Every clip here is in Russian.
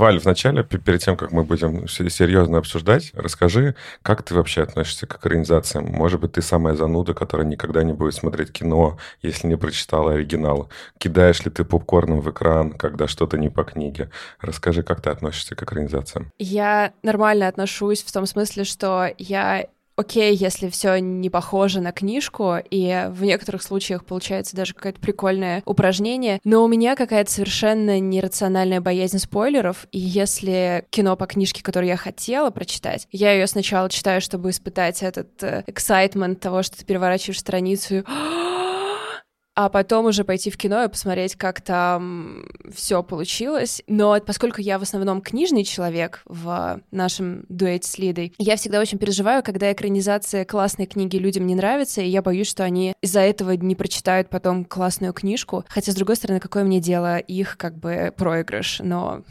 Валь, вначале, перед тем, как мы будем серьезно обсуждать, расскажи, как ты вообще относишься к экранизациям? Может быть, ты самая зануда, которая никогда не будет смотреть кино, если не прочитала оригинал? Кидаешь ли ты попкорном в экран, когда что-то не по книге? Расскажи, как ты относишься к экранизациям? Я нормально отношусь в том смысле, что я окей, если все не похоже на книжку, и в некоторых случаях получается даже какое-то прикольное упражнение, но у меня какая-то совершенно нерациональная боязнь спойлеров, и если кино по книжке, которую я хотела прочитать, я ее сначала читаю, чтобы испытать этот excitement того, что ты переворачиваешь страницу и а потом уже пойти в кино и посмотреть, как там все получилось. Но поскольку я в основном книжный человек в нашем дуэте с Лидой, я всегда очень переживаю, когда экранизация классной книги людям не нравится, и я боюсь, что они из-за этого не прочитают потом классную книжку. Хотя, с другой стороны, какое мне дело, их как бы проигрыш, но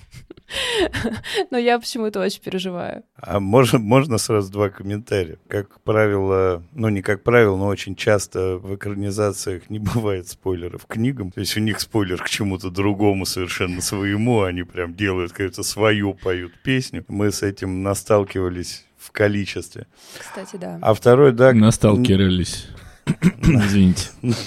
я почему-то очень переживаю. А можно сразу два комментария? Как правило, не как правило, но очень часто в экранизациях не бывает спойлеров книгам. То есть у них спойлер к чему-то другому, совершенно своему. Они прям делают какую-то свою, поют песню. Мы с этим насталкивались в количестве. Кстати, да. А второй, да... Насталкивались. Извините.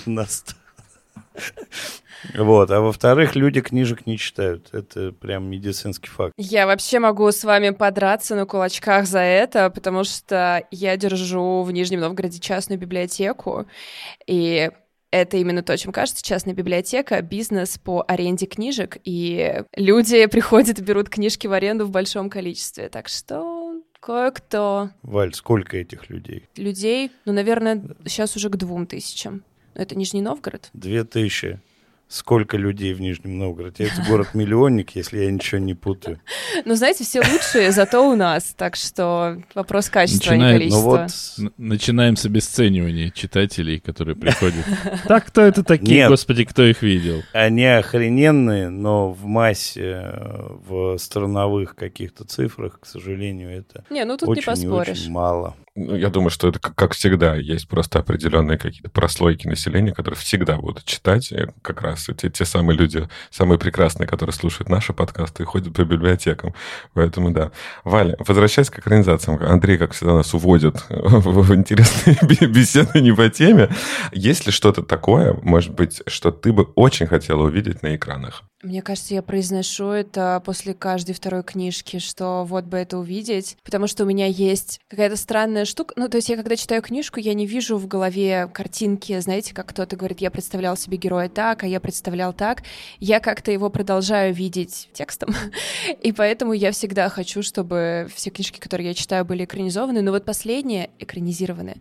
Вот, а во-вторых, люди книжек не читают. Это прям медицинский факт. Я вообще могу с вами подраться на кулачках за это, потому что я держу в Нижнем Новгороде частную библиотеку, и это именно то, чем кажется частная библиотека, бизнес по аренде книжек, и люди приходят и берут книжки в аренду в большом количестве, так что кое-кто... Валь, сколько этих людей? Людей, наверное, сейчас уже к 2000. Это Нижний Новгород? 2000. Сколько людей в Нижнем Новгороде? Это город-миллионник, если я ничего не путаю. Ну, знаете, все лучшие, зато у нас. Так что вопрос качества, а не количества. Начинаем с обесценивания читателей, которые приходят. Так, кто это такие, Нет. Господи, кто их видел? Они охрененные, но в массе, в страновых каких-то цифрах, к сожалению, это тут не очень и поспоришь. очень мало. Я думаю, что это, как всегда, есть просто определенные какие-то прослойки населения, которые всегда будут читать. И как раз те самые люди, самые прекрасные, которые слушают наши подкасты и ходят по библиотекам. Поэтому да. Валя, возвращаясь к экранизациям. Андрей, как всегда, нас уводит в интересные беседы не по теме. Есть ли что-то такое, может быть, что ты бы очень хотела увидеть на экранах? Мне кажется, я произношу это после каждой второй книжки, что вот бы это увидеть, потому что у меня есть какая-то странная штука. То есть я, когда читаю книжку, я не вижу в голове картинки, знаете, как кто-то говорит, я представлял себе героя так, а я представлял так. Я как-то его продолжаю видеть текстом, и поэтому я всегда хочу, чтобы все книжки, которые я читаю, были экранизованы, но вот последние экранизированы.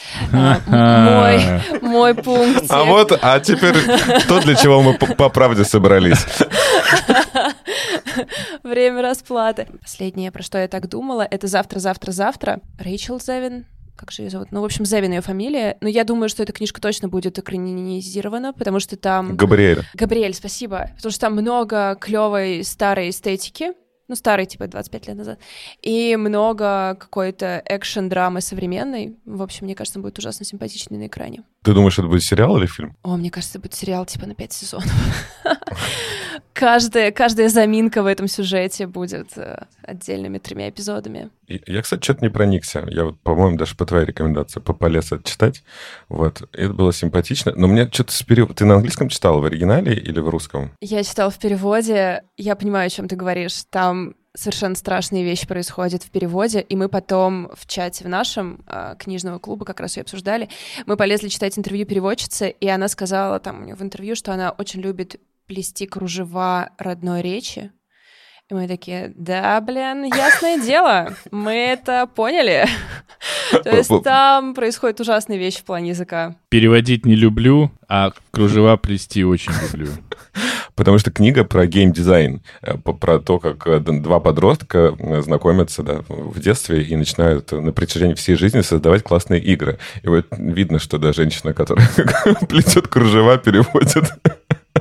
Мой пунктик. А теперь то, для чего мы по правде собрались. Время расплаты. Последнее, про что я так думала, это «Завтра». Рэйчел Зевин. Как же ее зовут? В общем, Зевин ее фамилия. Но я думаю, что эта книжка точно будет экранизирована, потому что там... Габриэль, спасибо. Потому что там много клевой старой эстетики. Старый, 25 лет назад. И много какой-то экшн-драмы современной. В общем, мне кажется, он будет ужасно симпатичный на экране. Ты думаешь, это будет сериал или фильм? Мне кажется, это будет сериал на 5 сезонов. Каждая заминка в этом сюжете будет отдельными 3 эпизодами. Я, кстати, что-то не проникся. Я по-моему, даже по твоей рекомендации полез это читать. Это было симпатично. Но мне что-то с переводом... Ты на английском читала, в оригинале или в русском? Я читала в переводе. Я понимаю, о чем ты говоришь. Там совершенно страшные вещи происходят в переводе, и мы потом в чате в нашем книжного клуба как раз ее обсуждали. Мы полезли читать интервью переводчицы, и она сказала там у нее в интервью, что она очень любит плести кружева родной речи. И мы такие, да, ясное дело, мы это поняли. То есть там происходят ужасные вещи в плане языка. Переводить не люблю, а кружева плести очень люблю. Потому что книга про геймдизайн, про то, как 2 подростка знакомятся в детстве и начинают на протяжении всей жизни создавать классные игры. И вот видно, что женщина, которая плетет кружева, переводит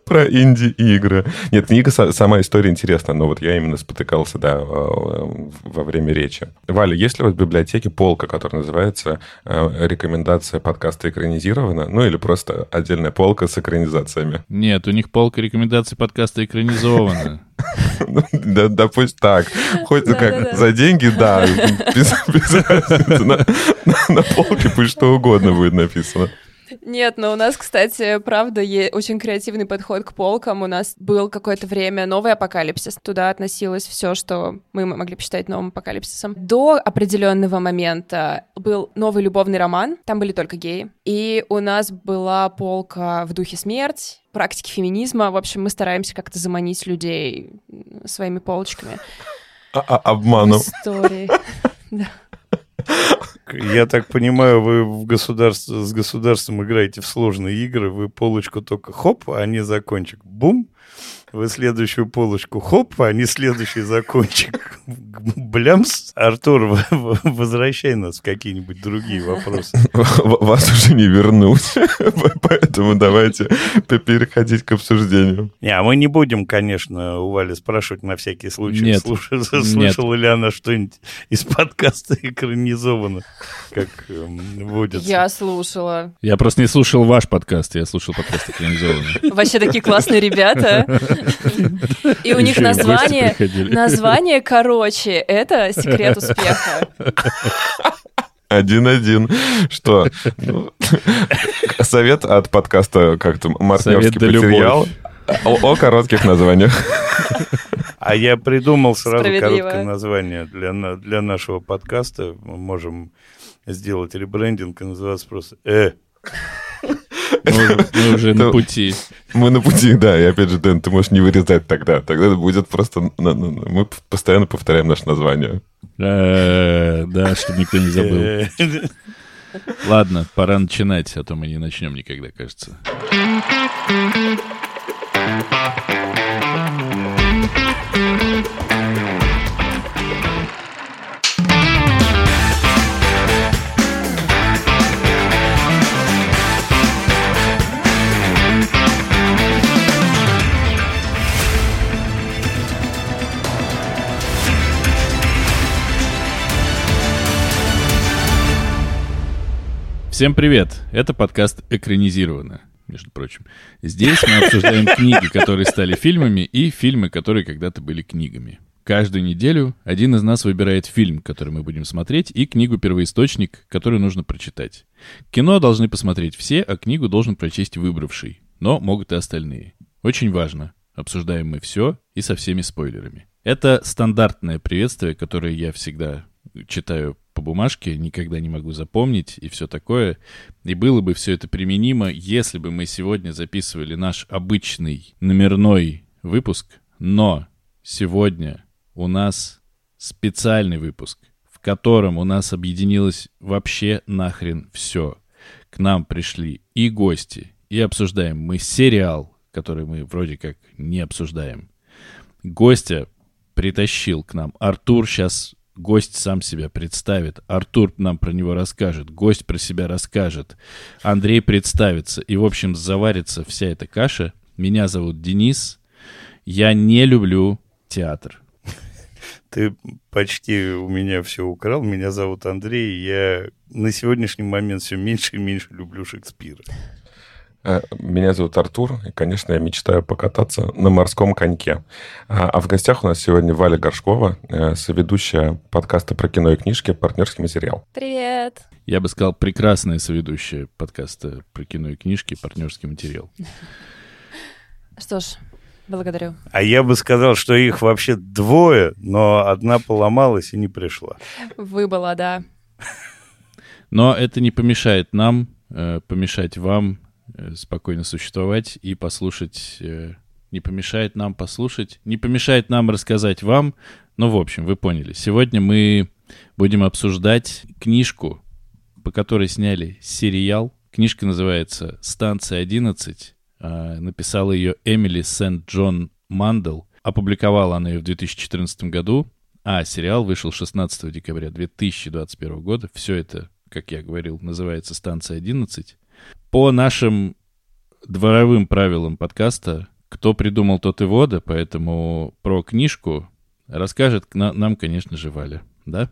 Про инди-игры. Нет, книга, сама история интересна, но вот я именно спотыкался, да, во время речи. Валя, есть ли у вас в библиотеке полка, которая называется «Рекомендация подкаста экранизирована», ну или просто отдельная полка с экранизациями? Нет, у них полка рекомендаций подкаста экранизована. Да пусть так. Хоть как за деньги, да, без разницы. На полке пусть что угодно будет написано. Нет, но у нас, кстати, правда, очень креативный подход к полкам. У нас был какое-то время новый апокалипсис. Туда относилось все, что мы могли посчитать новым апокалипсисом. До определенного момента был новый любовный роман. Там были только геи. И у нас была полка в духе смерть, практики феминизма. В общем, мы стараемся как-то заманить людей своими полочками. Обманом. Истории. Да. Я так понимаю, вы с государством играете в сложные игры, вы полочку только хоп, а не закончик бум, вы следующую полочку хоп, а не следующий закончик блямс. Артур, возвращай нас в какие-нибудь другие вопросы. Вас уже не вернуть, поэтому давайте переходить к обсуждению. Не, мы не будем, конечно, у Вали спрашивать на всякий случай, слышала ли она что-нибудь из подкаста экранизовано, как водится. Я слушала. Я просто не слушал ваш подкаст, я слушал подкаст экранизованный. Вообще такие классные ребята. И у них название короче. Это секрет успеха. 1-1. Что? Совет от подкаста как-то «Мартнёвский материал» о коротких названиях. А я придумал сразу короткое название для нашего подкаста. Мы можем сделать ребрендинг и называться просто Мы уже на пути. Мы на пути, да. И опять же, Дэн, ты можешь не вырезать тогда. Тогда это будет просто... Мы постоянно повторяем наше название. Да, чтобы никто не забыл. Ладно, пора начинать, а то мы не начнем никогда, кажется. Всем привет! Это подкаст «Экранизировано», между прочим. Здесь мы обсуждаем книги, которые стали фильмами, и фильмы, которые когда-то были книгами. Каждую неделю один из нас выбирает фильм, который мы будем смотреть, и книгу-первоисточник, которую нужно прочитать. Кино должны посмотреть все, а книгу должен прочесть выбравший. Но могут и остальные. Очень важно. Обсуждаем мы все и со всеми спойлерами. Это стандартное приветствие, которое я всегда читаю по бумажке, никогда не могу запомнить и все такое. И было бы все это применимо, если бы мы сегодня записывали наш обычный номерной выпуск. Но сегодня у нас специальный выпуск, в котором у нас объединилось вообще нахрен все. К нам пришли и гости, и обсуждаем мы сериал, который мы вроде как не обсуждаем. Гостя притащил к нам Артур. Сейчас гость сам себя представит. Артур нам про него расскажет. Гость про себя расскажет. Андрей представится. И, в общем, заварится вся эта каша. Меня зовут Денис. Я не люблю театр. Ты почти у меня все украл. Меня зовут Андрей. Я на сегодняшний момент все меньше и меньше люблю Шекспира. Меня зовут Артур, и, конечно, я мечтаю покататься на морском коньке. А в гостях у нас сегодня Валя Горшкова, соведущая подкаста про кино и книжки «Партнерский материал». Привет! Я бы сказал, прекрасная соведущая подкаста про кино и книжки «Партнерский материал». Что ж, благодарю. А я бы сказал, что их вообще двое, но одна поломалась и не пришла. Выбыла, да. Но это не помешает нам, помешать вам спокойно существовать и послушать, не помешает нам послушать, не помешает нам рассказать вам. Ну, в общем, вы поняли. Сегодня мы будем обсуждать книжку, по которой сняли сериал. Книжка называется «Станция 11». Написала ее Эмили Сент-Джон Мандел. Опубликовала она ее в 2014 году, а сериал вышел 16 декабря 2021 года. Все это, как я говорил, называется «Станция 11». По нашим дворовым правилам подкаста Кто придумал, тот и вода, поэтому про книжку расскажет нам, конечно же, Валя, да?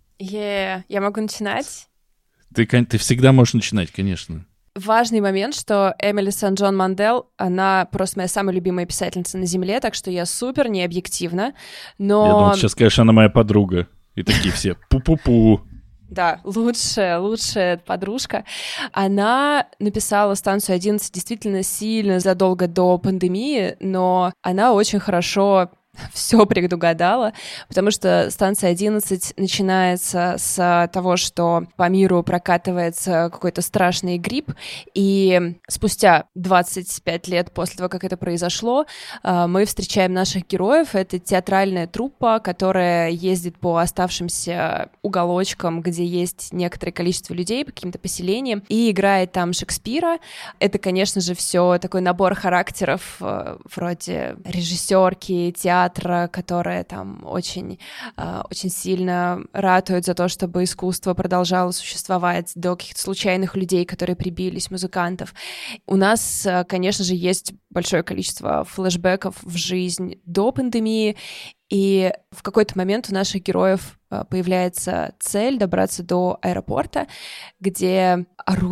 Я могу начинать? Ты всегда можешь начинать, конечно. Важный момент, что Эмили Сент-Джон Мандел, она просто моя самая любимая писательница на Земле, так что я супер необъективна, но... Я думал, сейчас скажешь, она моя подруга. И такие все пу-пу-пу. Да, лучшая подружка. Она написала «Станцию 11» действительно сильно задолго до пандемии, но она очень хорошо все предугадала, потому что «Станция 11» начинается с того, что по миру прокатывается какой-то страшный грипп, и спустя 25 лет после того, как это произошло, мы встречаем наших героев. Это театральная труппа, которая ездит по оставшимся уголочкам, где есть некоторое количество людей, по каким-то поселениям, и играет там Шекспира. Это, конечно же, все такой набор характеров вроде режиссерки, театра, которая там очень сильно ратует за то, чтобы искусство продолжало существовать, до каких-то случайных людей, которые прибились, музыкантов. У нас, конечно же, есть большое количество флешбеков в жизнь до пандемии, и в какой-то момент у наших героев появляется цель добраться до аэропорта, где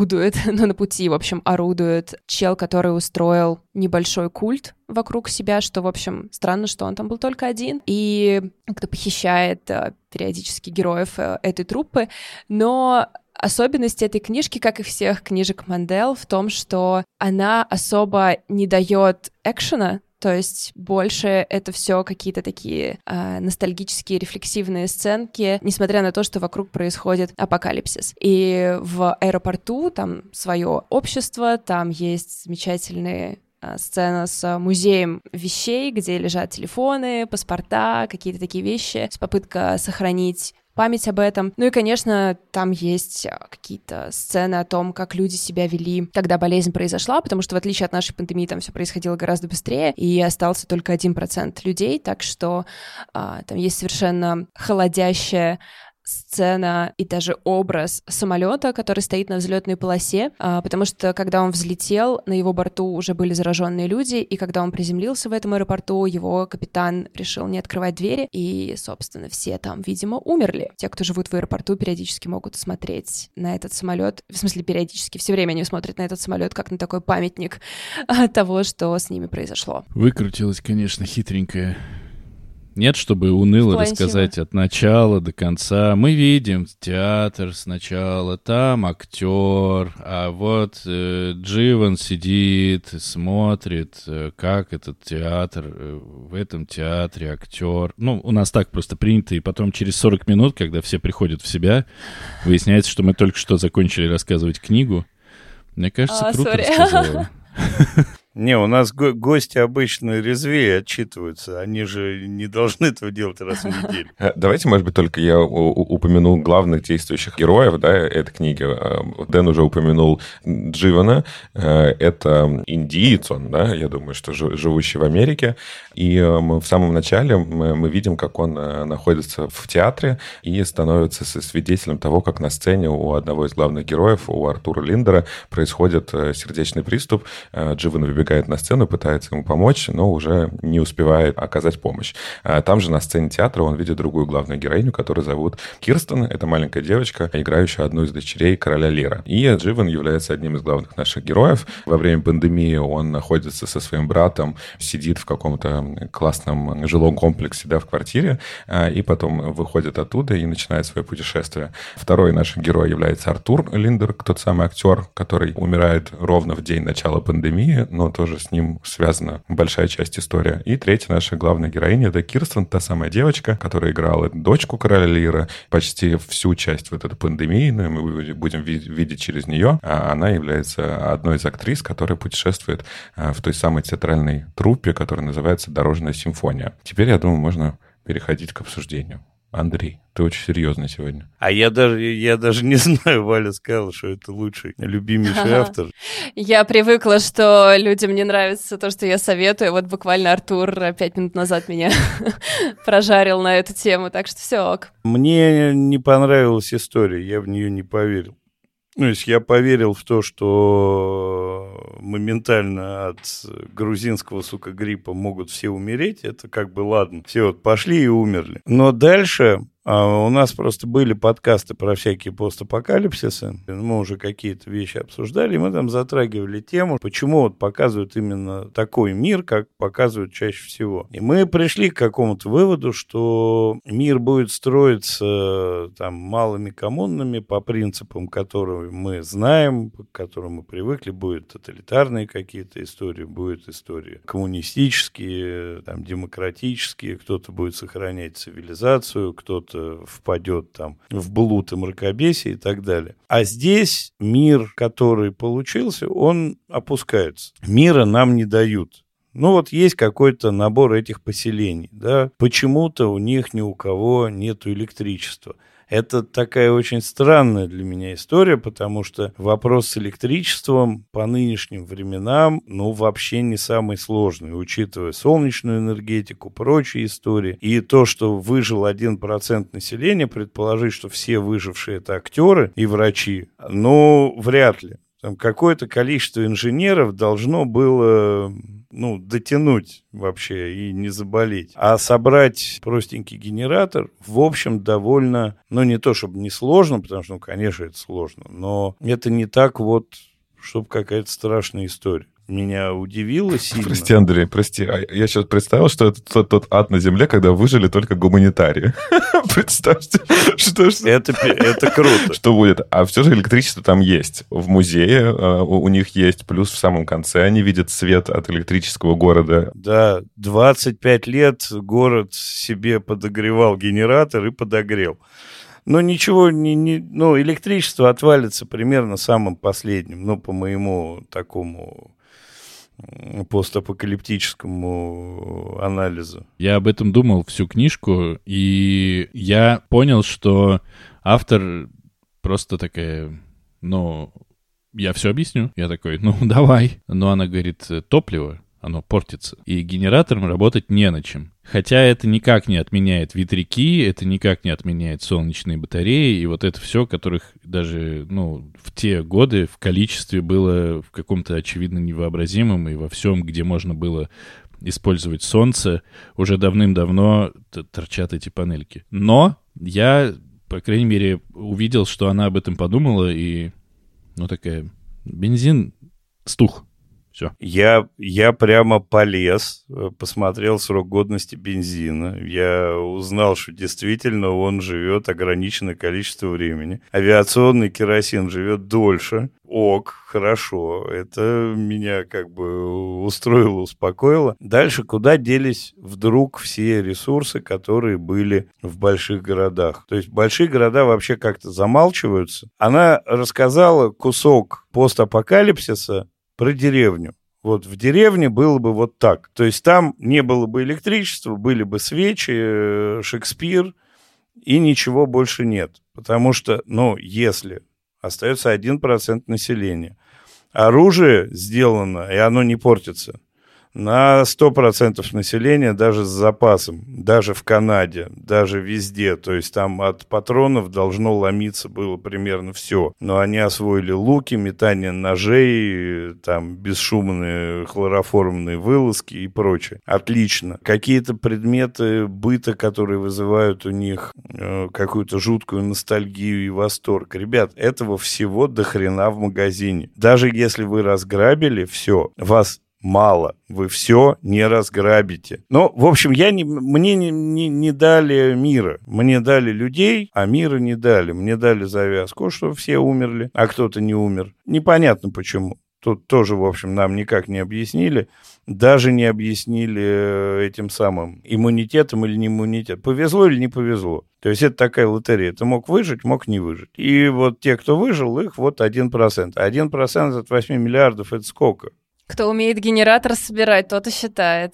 на пути, в общем, орудует чел, который устроил небольшой культ вокруг себя, что, в общем, странно, что он там был только один, и как-то похищает периодически героев этой труппы, но особенность этой книжки, как и всех книжек Мандел, в том, что она особо не дает экшена, то есть больше это все какие-то такие ностальгические, рефлексивные сценки, несмотря на то, что вокруг происходит апокалипсис. И в аэропорту там свое общество, там есть замечательные сцена с музеем вещей, где лежат телефоны, паспорта, какие-то такие вещи, с попыткой сохранить память об этом. Ну и, конечно, там есть какие-то сцены о том, как люди себя вели, когда болезнь произошла, потому что, в отличие от нашей пандемии, там все происходило гораздо быстрее, и остался только 1% людей, так что там есть совершенно холодящая сцена и даже образ самолета, который стоит на взлетной полосе, потому что, когда он взлетел, на его борту уже были зараженные люди, и когда он приземлился в этом аэропорту, его капитан решил не открывать двери, и, собственно, все там, видимо, умерли. Те, кто живут в аэропорту, периодически могут смотреть на этот самолет, в смысле, периодически, все время они смотрят на этот самолет как на такой памятник того, что с ними произошло. Выкрутилась, конечно, хитренькая. Нет, чтобы уныло рассказать от начала до конца. Мы видим театр сначала, там актер, а вот Дживан сидит, смотрит, как этот театр, в этом театре актер. Ну, у нас так просто принято, и потом через 40 минут, когда все приходят в себя, выясняется, что мы только что закончили рассказывать книгу. Мне кажется, круто рассказала. Не, у нас гости обычно резвее отчитываются. Они же не должны этого делать раз в неделю. Давайте, может быть, только я упомяну главных действующих героев, да, этой книги. Дэн уже упомянул Дживана. Это индиец он, да, я думаю, что живущий в Америке. И в самом начале мы видим, как он находится в театре и становится свидетелем того, как на сцене у одного из главных героев, у Артура Линдера, происходит сердечный приступ. Дживан выбегает на сцену, пытается ему помочь, но уже не успевает оказать помощь. Там же на сцене театра он видит другую главную героиню, которую зовут Кирстен. Это маленькая девочка, играющая одну из дочерей короля Лира. И Дживан является одним из главных наших героев. Во время пандемии он находится со своим братом, сидит в каком-то классном жилом комплексе, да, в квартире, и потом выходит оттуда и начинает свое путешествие. Второй наш герой является Артур Линдер, тот самый актер, который умирает ровно в день начала пандемии, но тоже с ним связана большая часть истории. И третья наша главная героиня — это Кирстен, та самая девочка, которая играла дочку короля Лира. Почти всю часть вот этой пандемии мы будем видеть через нее. А она является одной из актрис, которая путешествует в той самой театральной труппе, которая называется «Дорожная симфония». Теперь, я думаю, можно переходить к обсуждению. Андрей, ты очень серьезный сегодня. А я даже не знаю, Валя сказала, что это лучший, любимейший автор. Я привыкла, что людям не нравится то, что я советую. Вот буквально Артур 5 минут назад меня прожарил на эту тему, так что все ок. Мне не понравилась история, я в нее не поверил. Ну, если я поверил в то, что что моментально от грузинского, сука, гриппа могут все умереть, это как бы ладно. Все вот пошли и умерли. Но дальше... у нас просто были подкасты про всякие постапокалипсисы. Мы уже какие-то вещи обсуждали, и мы там затрагивали тему, почему вот показывают именно такой мир, как показывают чаще всего. И мы пришли к какому-то выводу, что мир будет строиться там малыми коммунами по принципам, которые мы знаем, к которым мы привыкли. Будут тоталитарные какие-то истории, будут истории коммунистические, там, демократические. Кто-то будет сохранять цивилизацию, кто-то впадет там в блуд и мракобесие и так далее. А здесь мир, который получился, он опускается. Мира нам не дают. Ну вот есть какой-то набор этих поселений, да, почему-то у них ни у кого нету электричества. Это такая очень странная для меня история, потому что вопрос с электричеством по нынешним временам, ну, вообще не самый сложный, учитывая солнечную энергетику, прочие истории. И то, что выжил 1% населения, предположить, что все выжившие это актеры и врачи, ну, вряд ли. Там какое-то количество инженеров должно было, ну, дотянуть вообще и не заболеть. А собрать простенький генератор, в общем, довольно, ну, не то чтобы не сложно, потому что, ну, конечно, это сложно, но это не так вот, чтобы какая-то страшная история. Меня удивило сильно. Прости, Андрей, прости. Я сейчас представил, что это тот ад на земле, когда выжили только гуманитарии. Представьте, что... Это круто. Что будет? А все же электричество там есть. В музее у них есть. Плюс в самом конце они видят свет от электрического города. Да, 25 лет город себе подогревал генератор и подогрел. Но ничего, ну, электричество отвалится примерно самым последним, ну, по моему такому постапокалиптическому анализу. Я об этом думал всю книжку, и я понял, что автор просто такая, ну, я все объясню. Я такой, ну, давай. Но она говорит, топливо, оно портится, и генератором работать не на чем. Хотя это никак не отменяет ветряки, это никак не отменяет солнечные батареи, и вот это все, которых даже, ну, в те годы в количестве было в каком-то очевидно невообразимом, и во всем, где можно было использовать солнце, уже давным-давно торчат эти панельки. Но я, по крайней мере, увидел, что она об этом подумала, и, ну, такая, бензин стух. Все. Я прямо полез, посмотрел срок годности бензина. Я узнал, что действительно он живет ограниченное количество времени. Авиационный керосин живет дольше. Ок, хорошо. Это меня как бы устроило, успокоило. Дальше куда делись вдруг все ресурсы, которые были в больших городах? То есть большие города вообще как-то замалчиваются. Она рассказала кусок постапокалипсиса про деревню. Вот в деревне было бы вот так. То есть там не было бы электричества, были бы свечи, Шекспир, и ничего больше нет. Потому что, ну, если остается 1% населения, оружие сделано, и оно не портится, на 100% населения, даже с запасом, даже в Канаде, даже везде. То есть там от патронов должно ломиться было примерно все. Но они освоили луки, метание ножей, там бесшумные хлороформные вылазки и прочее. Отлично. Какие-то предметы быта, которые вызывают у них какую-то жуткую ностальгию и восторг. Ребят, этого всего до хрена в магазине. Даже если вы разграбили все, вас мало, вы все не разграбите. Но, в общем, мне не дали мира. Мне дали людей, а мира не дали. Мне дали завязку, что все умерли, а кто-то не умер. Непонятно почему. Тут тоже, в общем, нам никак не объяснили. Даже не объяснили этим самым иммунитетом или не иммунитетом. Повезло или не повезло. То есть это такая лотерея. Ты мог выжить, мог не выжить. И вот те, кто выжил, их вот 1%. 1% от 8 миллиардов — это сколько? Кто умеет генератор собирать, тот и считает.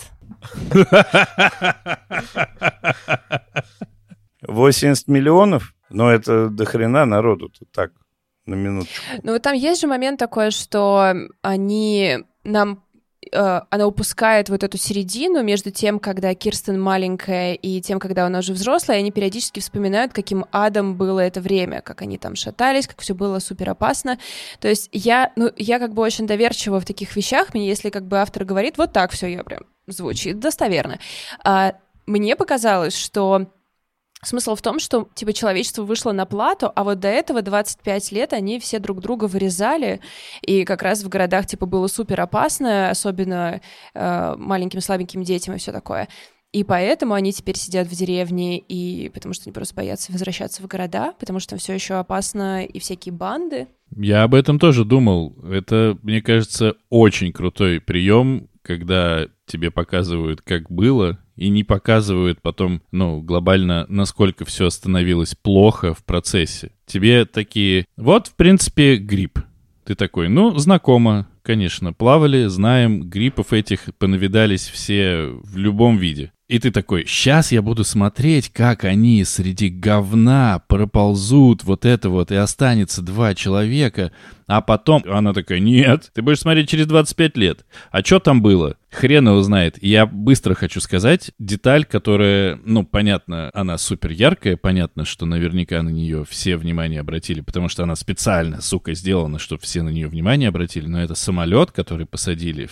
80 миллионов? Но это до хрена народу-то так, на минуточку. Ну вот там есть же момент такой, что они нам она упускает вот эту середину между тем, когда Кирстен маленькая, и тем, когда она уже взрослая, и они периодически вспоминают, каким адом было это время, как они там шатались, как все было супер опасно. То есть я как бы очень доверчива в таких вещах, мне если как бы автор говорит, вот так все, я прям звучит достоверно. Мне показалось, что смысл в том, что, типа, человечество вышло на плато, а вот до этого 25 лет они все друг друга вырезали, и как раз в городах, типа, было супер опасно, особенно маленьким слабеньким детям и все такое. И поэтому они теперь сидят в деревне, и потому что они просто боятся возвращаться в города, потому что там все еще опасно, и всякие банды. Я об этом тоже думал. Это, мне кажется, очень крутой прием, когда тебе показывают, как было, и не показывают потом, глобально, насколько все становилось плохо в процессе. Тебе такие, вот, в принципе, грипп. Ты такой, знакомо, конечно, плавали, знаем, гриппов этих понавидались все в любом виде. И ты такой, сейчас я буду смотреть, как они среди говна проползут вот это вот, и останется 2 человека, а потом... Она такая, нет, ты будешь смотреть через 25 лет. А что там было? Хрен его знает. Я быстро хочу сказать деталь, которая, понятно, она супер яркая, понятно, что наверняка на нее все внимание обратили, потому что она специально, сделана, чтобы все на нее внимание обратили, но это самолет, который посадили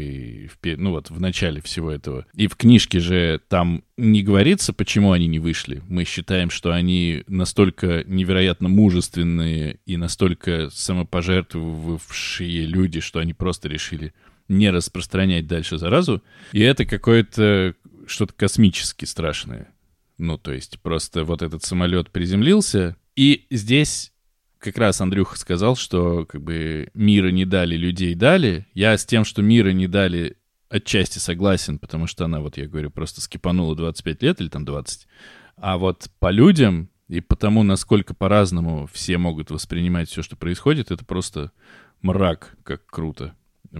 в начале всего этого. И в книжке же там не говорится, почему они не вышли. Мы считаем, что они настолько невероятно мужественные и настолько самопожертвовавшие люди, что они просто решили не распространять дальше заразу. И это какое-то что-то космически страшное. То есть просто вот этот самолет приземлился, и здесь как раз Андрюха сказал, что как бы мира не дали, людей дали. Я с тем, что мира не дали, отчасти согласен, потому что она, я говорю, просто скипанула 25 лет или там 20. А вот по людям и по тому, насколько по-разному все могут воспринимать все, что происходит, это просто мрак, как круто.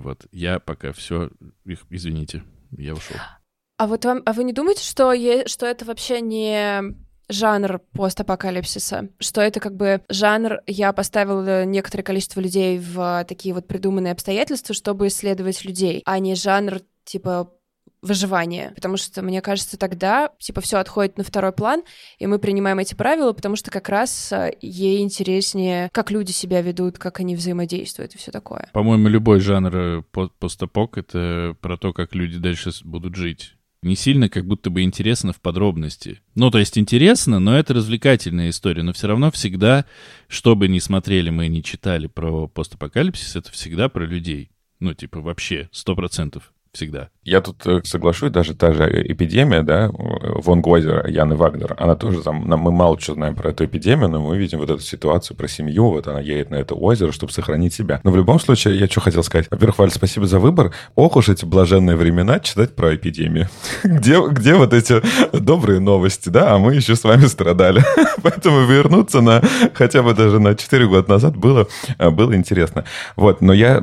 Я пока все, извините, я ушел. А вы не думаете, что это вообще не жанр постапокалипсиса? Что это как бы жанр, я поставила некоторое количество людей в такие вот придуманные обстоятельства, чтобы исследовать людей, а не жанр типа выживания, потому что, мне кажется, тогда, все отходит на второй план, и мы принимаем эти правила, потому что как раз ей интереснее, как люди себя ведут, как они взаимодействуют и все такое. По-моему, любой жанр постапок — это про то, как люди дальше будут жить. Не сильно как будто бы интересно в подробности. То есть интересно, но это развлекательная история. Но все равно всегда, что бы ни смотрели мы, ни читали про постапокалипсис, это всегда про людей. Вообще, 100%. Всегда. Я тут соглашусь, даже та же эпидемия, да, Вон Гойзер, Яны Вагнер, она тоже там, мы мало что знаем про эту эпидемию, но мы видим вот эту ситуацию про семью, вот она едет на это озеро, чтобы сохранить себя. Но в любом случае, я что хотел сказать. Во-первых, Валь, спасибо за выбор. Ох уж эти блаженные времена читать про эпидемию. Где вот эти добрые новости, да, а мы еще с вами страдали. Поэтому вернуться хотя бы даже на 4 года назад было интересно. Но я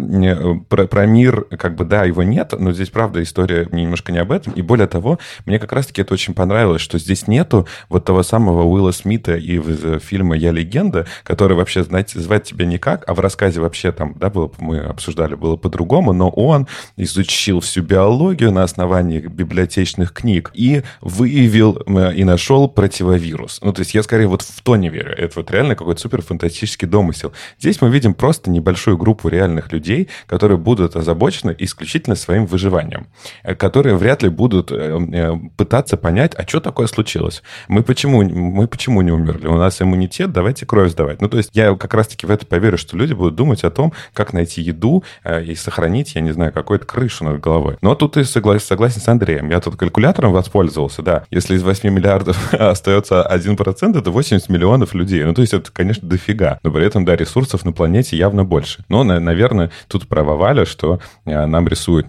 про мир, как бы, да, его нет, но здесь, правда, история немножко не об этом. И более того, мне как раз-таки это очень понравилось, что здесь нету вот того самого Уилла Смита из фильма «Я легенда», который вообще, знаете, звать тебя никак, а в рассказе вообще там, да, мы обсуждали, было по-другому, но он изучил всю биологию на основании библиотечных книг и выявил и нашел противовирус. То есть я скорее вот в то не верю. Это вот реально какой-то суперфантастический домысел. Здесь мы видим просто небольшую группу реальных людей, которые будут озабочены исключительно своим выживанием, которые вряд ли будут пытаться понять, а что такое случилось. Мы почему не умерли? У нас иммунитет, давайте кровь сдавать. То есть я как раз-таки в это поверю, что люди будут думать о том, как найти еду и сохранить, я не знаю, какую-то крышу над головой. Но тут и согласен с Андреем. Я тут калькулятором воспользовался, да. Если из 8 миллиардов остается 1%, это 80 миллионов людей. То есть это, конечно, дофига. Но при этом, да, ресурсов на планете явно больше. Но, наверное, тут права Валя, что нам рисуют не сколько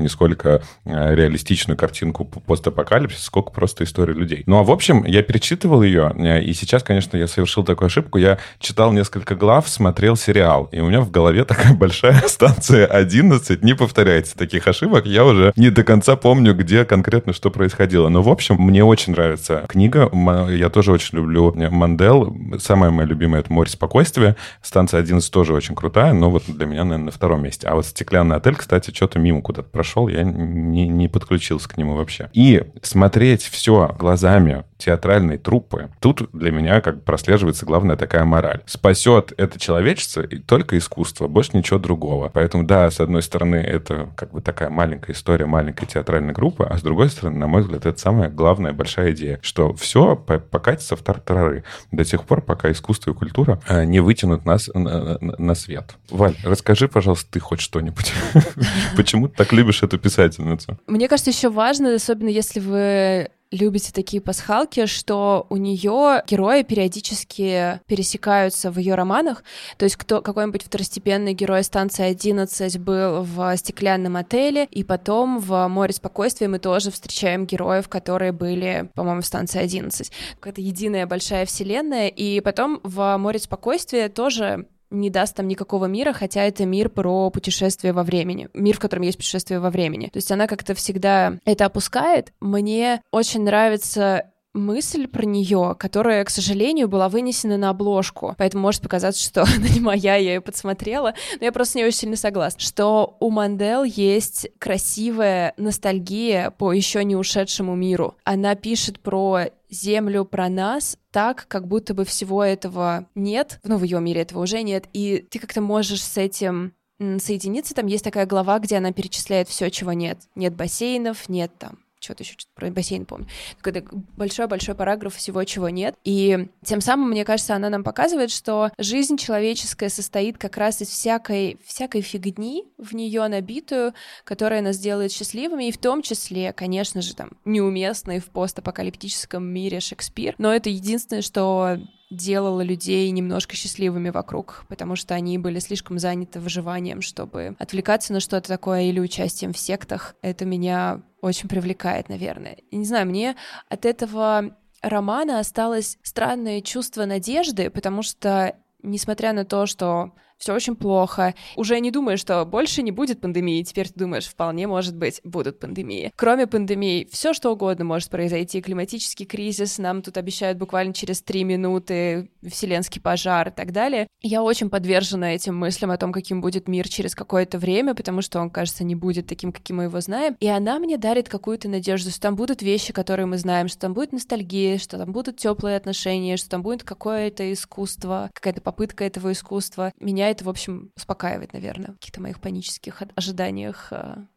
столько реалистичную картинку постапокалипсиса, сколько просто истории людей. Ну, а в общем, я перечитывал ее, и сейчас, конечно, я совершил такую ошибку. Я читал несколько глав, смотрел сериал, и у меня в голове такая большая станция 11, не повторяется таких ошибок. Я уже не до конца помню, где конкретно что происходило. Но, в общем, мне очень нравится книга. Я тоже очень люблю Мандел. Самая моя любимая — это «Море спокойствия». Станция 11 тоже очень крутая, но вот для меня, наверное, на втором месте. А вот «Стеклянный отель», кстати, что-то мимо куда-то прошел, я не подключился к нему вообще. И смотреть все глазами театральной труппы, тут для меня как бы прослеживается главная такая мораль. Спасет это человечество и только искусство, больше ничего другого. Поэтому, да, с одной стороны, это как бы такая маленькая история маленькой театральной группы, а с другой стороны, на мой взгляд, это самая главная большая идея, что все покатится в тартарары до тех пор, пока искусство и культура не вытянут нас на свет. Валь, расскажи, пожалуйста, ты хоть что-нибудь. Почему ты так любишь эту писательницу? Мне кажется, еще важно, особенно если вы любите такие пасхалки, что у нее герои периодически пересекаются в ее романах. То есть какой-нибудь второстепенный герой станции 11 был в «Стеклянном отеле», и потом в «Море спокойствия» мы тоже встречаем героев, которые были, по-моему, в станции 11. Какая-то единая большая вселенная. И потом в «Море спокойствия» тоже не даст там никакого мира, хотя это мир про путешествие во времени. Мир, в котором есть путешествие во времени. То есть она как-то всегда это опускает. Мне очень нравится мысль про нее, которая, к сожалению, была вынесена на обложку. Поэтому может показаться, что она не моя, я ее подсмотрела, но я просто не очень сильно согласна, что у Мандел есть красивая ностальгия по еще не ушедшему миру. Она пишет про Землю, про нас так, как будто бы всего этого нет, в ее мире этого уже нет, и ты как-то можешь с этим соединиться. Там есть такая глава, где она перечисляет все, чего нет. Нет бассейнов, нет там что-то про бассейн помню. Такой большой-большой параграф всего, чего нет. И тем самым, мне кажется, она нам показывает, что жизнь человеческая состоит как раз из всякой фигни в нее набитую, которая нас делает счастливыми, и в том числе, конечно же, там, неуместный в постапокалиптическом мире Шекспир, но это единственное, что делало людей немножко счастливыми вокруг, потому что они были слишком заняты выживанием, чтобы отвлекаться на что-то такое или участием в сектах. Это меня очень привлекает, наверное. И не знаю, мне от этого романа осталось странное чувство надежды, потому что, несмотря на то, что все очень плохо, уже не думаешь, что больше не будет пандемии, теперь ты думаешь, вполне может быть, будут пандемии. Кроме пандемии, все что угодно может произойти. Климатический кризис, нам тут обещают буквально через 3 минуты, вселенский пожар и так далее. Я очень подвержена этим мыслям о том, каким будет мир через какое-то время, потому что он, кажется, не будет таким, каким мы его знаем. И она мне дарит какую-то надежду, что там будут вещи, которые мы знаем, что там будет ностальгия, что там будут теплые отношения, что там будет какое-то искусство, какая-то попытка этого искусства. Меня это, в общем, успокаивает, наверное, в каких-то моих панических ожиданиях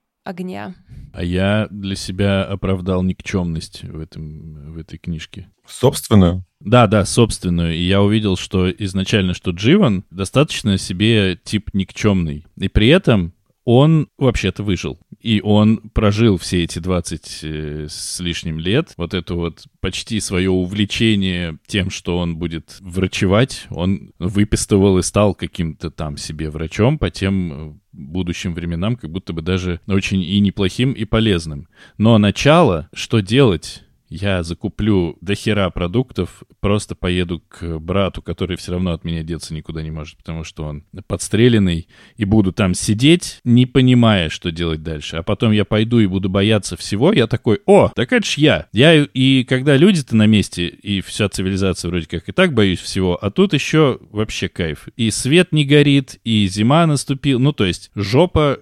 огня. А я для себя оправдал никчемность в этой книжке. Собственную? Да, собственную. И я увидел, что изначально, что Дживан достаточно себе тип никчемный. И при этом он вообще-то выжил. И он прожил все эти 20 с лишним лет. Вот это вот почти свое увлечение тем, что он будет врачевать, он выпистывал и стал каким-то там себе врачом по тем будущим временам, как будто бы даже очень и неплохим, и полезным. Но начало, что делать? Я закуплю дохера продуктов, просто поеду к брату, который все равно от меня деться никуда не может, потому что он подстреленный, и буду там сидеть, не понимая, что делать дальше. А потом я пойду и буду бояться всего, я такой, так это ж я. И когда люди-то на месте, и вся цивилизация вроде как и так боюсь всего, а тут еще вообще кайф. И свет не горит, и зима наступила, то есть жопа.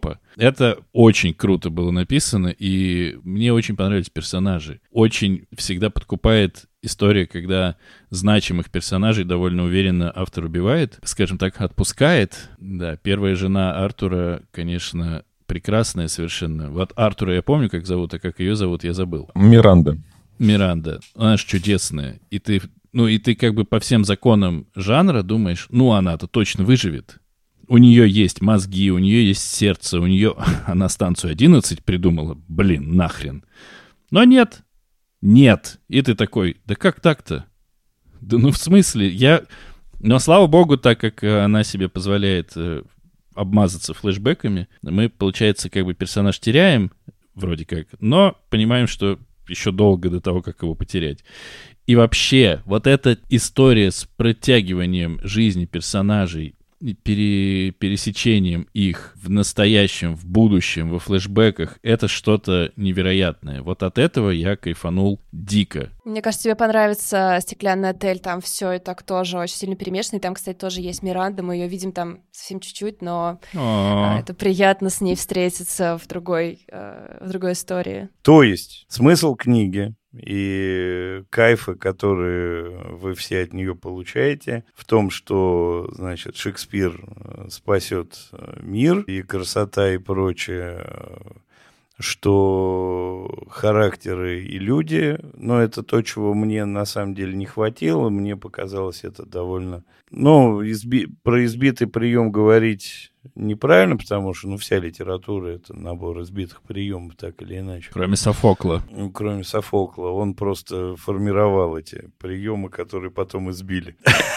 Это очень круто было написано, и мне очень понравились персонажи. Очень всегда подкупает история, когда значимых персонажей довольно уверенно автор убивает, скажем так, отпускает. Да, первая жена Артура, конечно, прекрасная совершенно. Вот Артура я помню, как зовут, а как ее зовут, я забыл. Миранда. Она же чудесная. И ты как бы по всем законам жанра думаешь, она-то точно выживет. У нее есть мозги, у нее есть сердце, она станцию 11 придумала, нахрен. Но нет. И ты такой, да как так-то? Да в смысле, но слава богу, так как она себе позволяет обмазаться флешбэками, мы, получается, как бы персонаж теряем, вроде как, но понимаем, что еще долго до того, как его потерять. И вообще, вот эта история с протягиванием жизни персонажей, пересечением их в настоящем, в будущем, во флешбэках, это что-то невероятное. Вот от этого я кайфанул дико. Мне кажется, тебе понравится «Стеклянный отель», там все и так тоже очень сильно перемешано, и там, кстати, тоже есть Миранда, мы ее видим там совсем чуть-чуть, но это приятно с ней встретиться в другой истории. То есть смысл книги и кайфы, которые вы все от нее получаете, в том, что, значит, Шекспир спасет мир и красота и прочее, что характеры и люди, но это то, чего мне на самом деле не хватило, мне показалось это довольно... про избитый прием говорить неправильно, потому что, вся литература — это набор избитых приемов, так или иначе. Кроме Софокла. Кроме Софокла. Он просто формировал эти приемы, которые потом избили.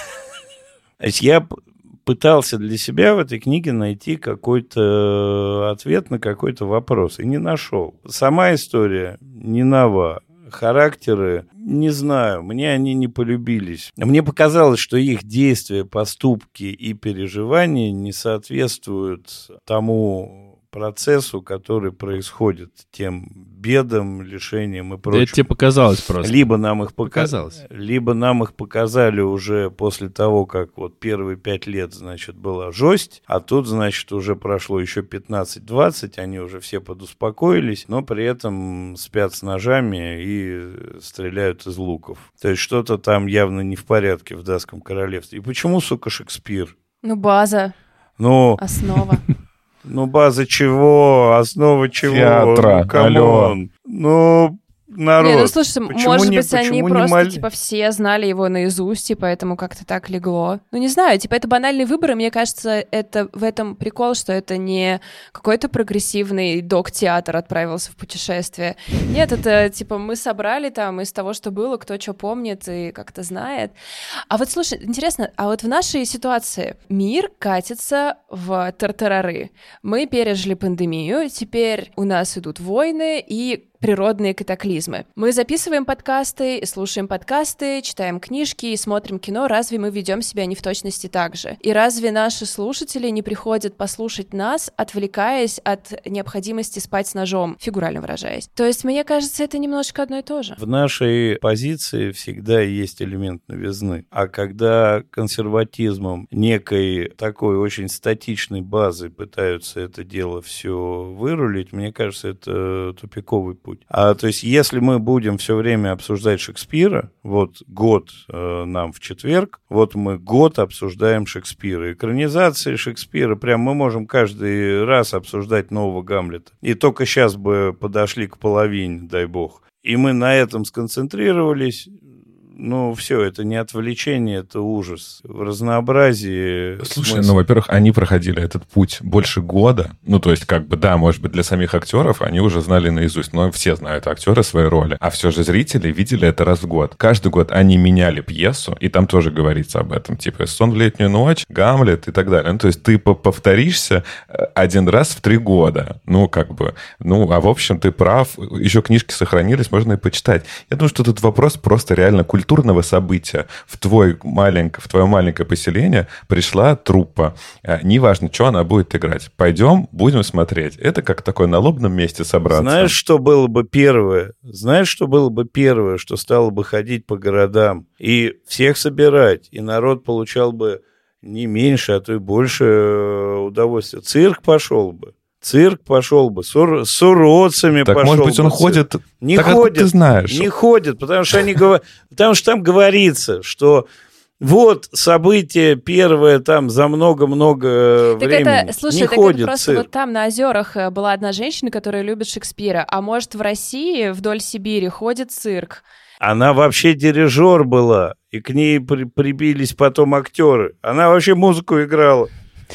Я пытался для себя в этой книге найти какой-то ответ на какой-то вопрос, и не нашел. Сама история не нова. Характеры, не знаю, мне они не полюбились. Мне показалось, что их действия, поступки и переживания не соответствуют тому процессу, который происходит, тем бедам, лишениям и прочему. Да это тебе показалось просто. Либо нам их показали уже после того, как вот первые 5 лет, значит, была жесть, а тут, значит, уже прошло еще 15-20, они уже все подуспокоились, но при этом спят с ножами и стреляют из луков. То есть что-то там явно не в порядке в датском королевстве. И почему, сука, Шекспир? База. Основа. База чего? Основа чего? Театра. Алло. Народ. Слушай, может быть, они просто, все знали его наизусть, и поэтому как-то так легло. Не знаю, это банальный выбор, и мне кажется, это в этом прикол, что это не какой-то прогрессивный док-театр отправился в путешествие. Нет, это, мы собрали там из того, что было, кто что помнит и как-то знает. А вот, слушай, интересно, а вот в нашей ситуации мир катится в тартарары. Мы пережили пандемию, теперь у нас идут войны и природные катаклизмы. Мы записываем подкасты, слушаем подкасты, читаем книжки и смотрим кино. Разве мы ведем себя не в точности так же? И разве наши слушатели не приходят послушать нас, отвлекаясь от необходимости спать с ножом, фигурально выражаясь? То есть, мне кажется, это немножко одно и то же. В нашей позиции всегда есть элемент новизны. А когда консерватизмом некой такой очень статичной базы пытаются это дело все вырулить, мне кажется, это тупиковый путь. То есть, если мы будем все время обсуждать Шекспира, вот год нам в четверг, вот мы год обсуждаем Шекспира. Экранизации Шекспира, прям мы можем каждый раз обсуждать нового Гамлета. И только сейчас бы подошли к половине, дай бог. И мы на этом сконцентрировались. Все, это не отвлечение, это ужас. В разнообразии... Слушай, во-первых, они проходили этот путь больше года. То есть, да, может быть, для самих актеров они уже знали наизусть, но все знают актеры свои роли. А все же зрители видели это раз в год. Каждый год они меняли пьесу, и там тоже говорится об этом. «Сон в летнюю ночь», «Гамлет» и так далее. То есть, ты повторишься один раз в 3 года. А в общем, ты прав. Еще книжки сохранились, можно и почитать. Я думаю, что тут вопрос просто реально культурного события. В твое маленькое поселение пришла труппа. Неважно, что она будет играть. Пойдем, будем смотреть. Это как такое на лобном месте собраться. Знаешь, что было бы первое? Что стало бы ходить по городам и всех собирать, и народ получал бы не меньше, а то и больше удовольствия. Цирк пошел бы, с уродцами так, пошел. Может быть, он ходит... Не так ходит, ты знаешь. Не ходит, потому что там говорится, что вот событие первое там за много-много времени. Слушай, это просто вот там на озерах была одна женщина, которая любит Шекспира, а может в России вдоль Сибири ходит цирк. Она вообще дирижер была, и к ней прибились потом актеры. Она вообще музыку играла.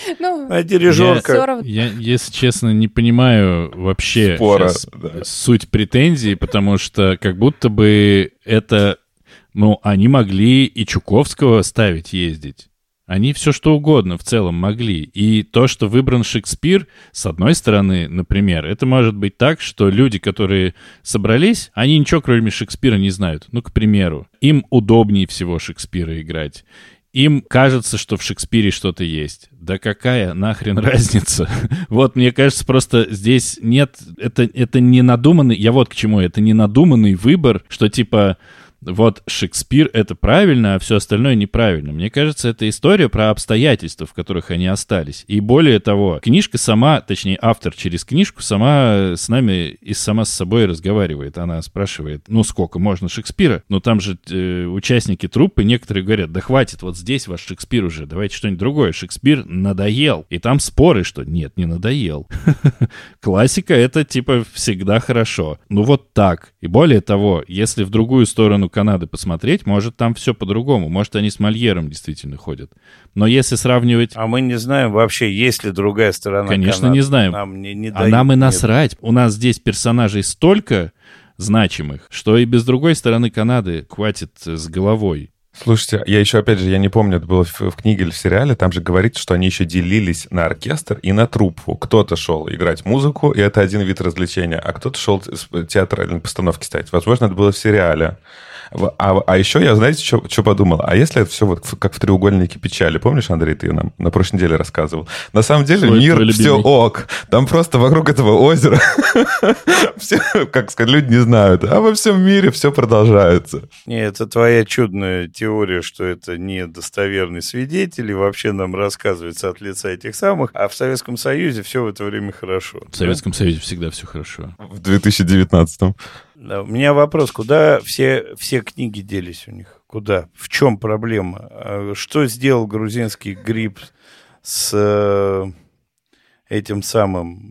Дирижерка. Я, если честно, не понимаю вообще суть претензий, потому что как будто бы это... они могли и Чуковского ставить ездить. Они все что угодно в целом могли. И то, что выбран Шекспир, с одной стороны, например, это может быть так, что люди, которые собрались, они ничего кроме Шекспира не знают. Ну, к примеру, им удобнее всего Шекспира играть. Им кажется, что в Шекспире что-то есть. Да какая нахрен разница? Вот, мне кажется, просто здесь нет... Это не надуманный... Я вот к чему. Это не надуманный выбор, что типа... Вот Шекспир — это правильно, а все остальное неправильно. Мне кажется, это история про обстоятельства, в которых они остались. И более того, книжка сама, точнее, автор через книжку сама с нами и сама с собой разговаривает. Она спрашивает, ну сколько можно Шекспира? Ну там же участники труппы некоторые говорят, да хватит, вот здесь ваш Шекспир уже, давайте что-нибудь другое. Шекспир надоел. И там споры, что нет, не надоел. Классика — это типа всегда хорошо. Ну вот так. И более того, если в другую сторону Канады посмотреть, может, там все по-другому. Может, они с Мольером действительно ходят. Но если сравнивать... А мы не знаем вообще, есть ли другая сторона Конечно, Канады. не знаем. Нам не а нам и насрать. У нас здесь персонажей столько значимых, что и без другой стороны Канады хватит с головой. Слушайте, я еще, опять же, я не помню, это было в книге или в сериале, там же говорится, что они еще делились на оркестр и на труппу. Кто-то шел играть музыку, и это один вид развлечения, а кто-то шел театральные постановки ставить. Возможно, это было в сериале. А еще я, знаете, что подумал? А если это все вот как в «Треугольнике печали»? Помнишь, Андрей, ты нам на прошлой неделе рассказывал? На самом деле мир все ок. Там просто вокруг этого озера все, как сказать, люди не знают. А во всем мире все продолжается. Нет, это твоя чудная теория, что это не достоверный свидетель, и вообще нам рассказывается от лица этих самых. А в Советском Союзе все в это время хорошо. В Советском Союзе всегда все хорошо. В 2019-м. Да, у меня вопрос, куда все книги делись у них? Куда? В чем проблема? Что сделал грузинский гриб с этим самым...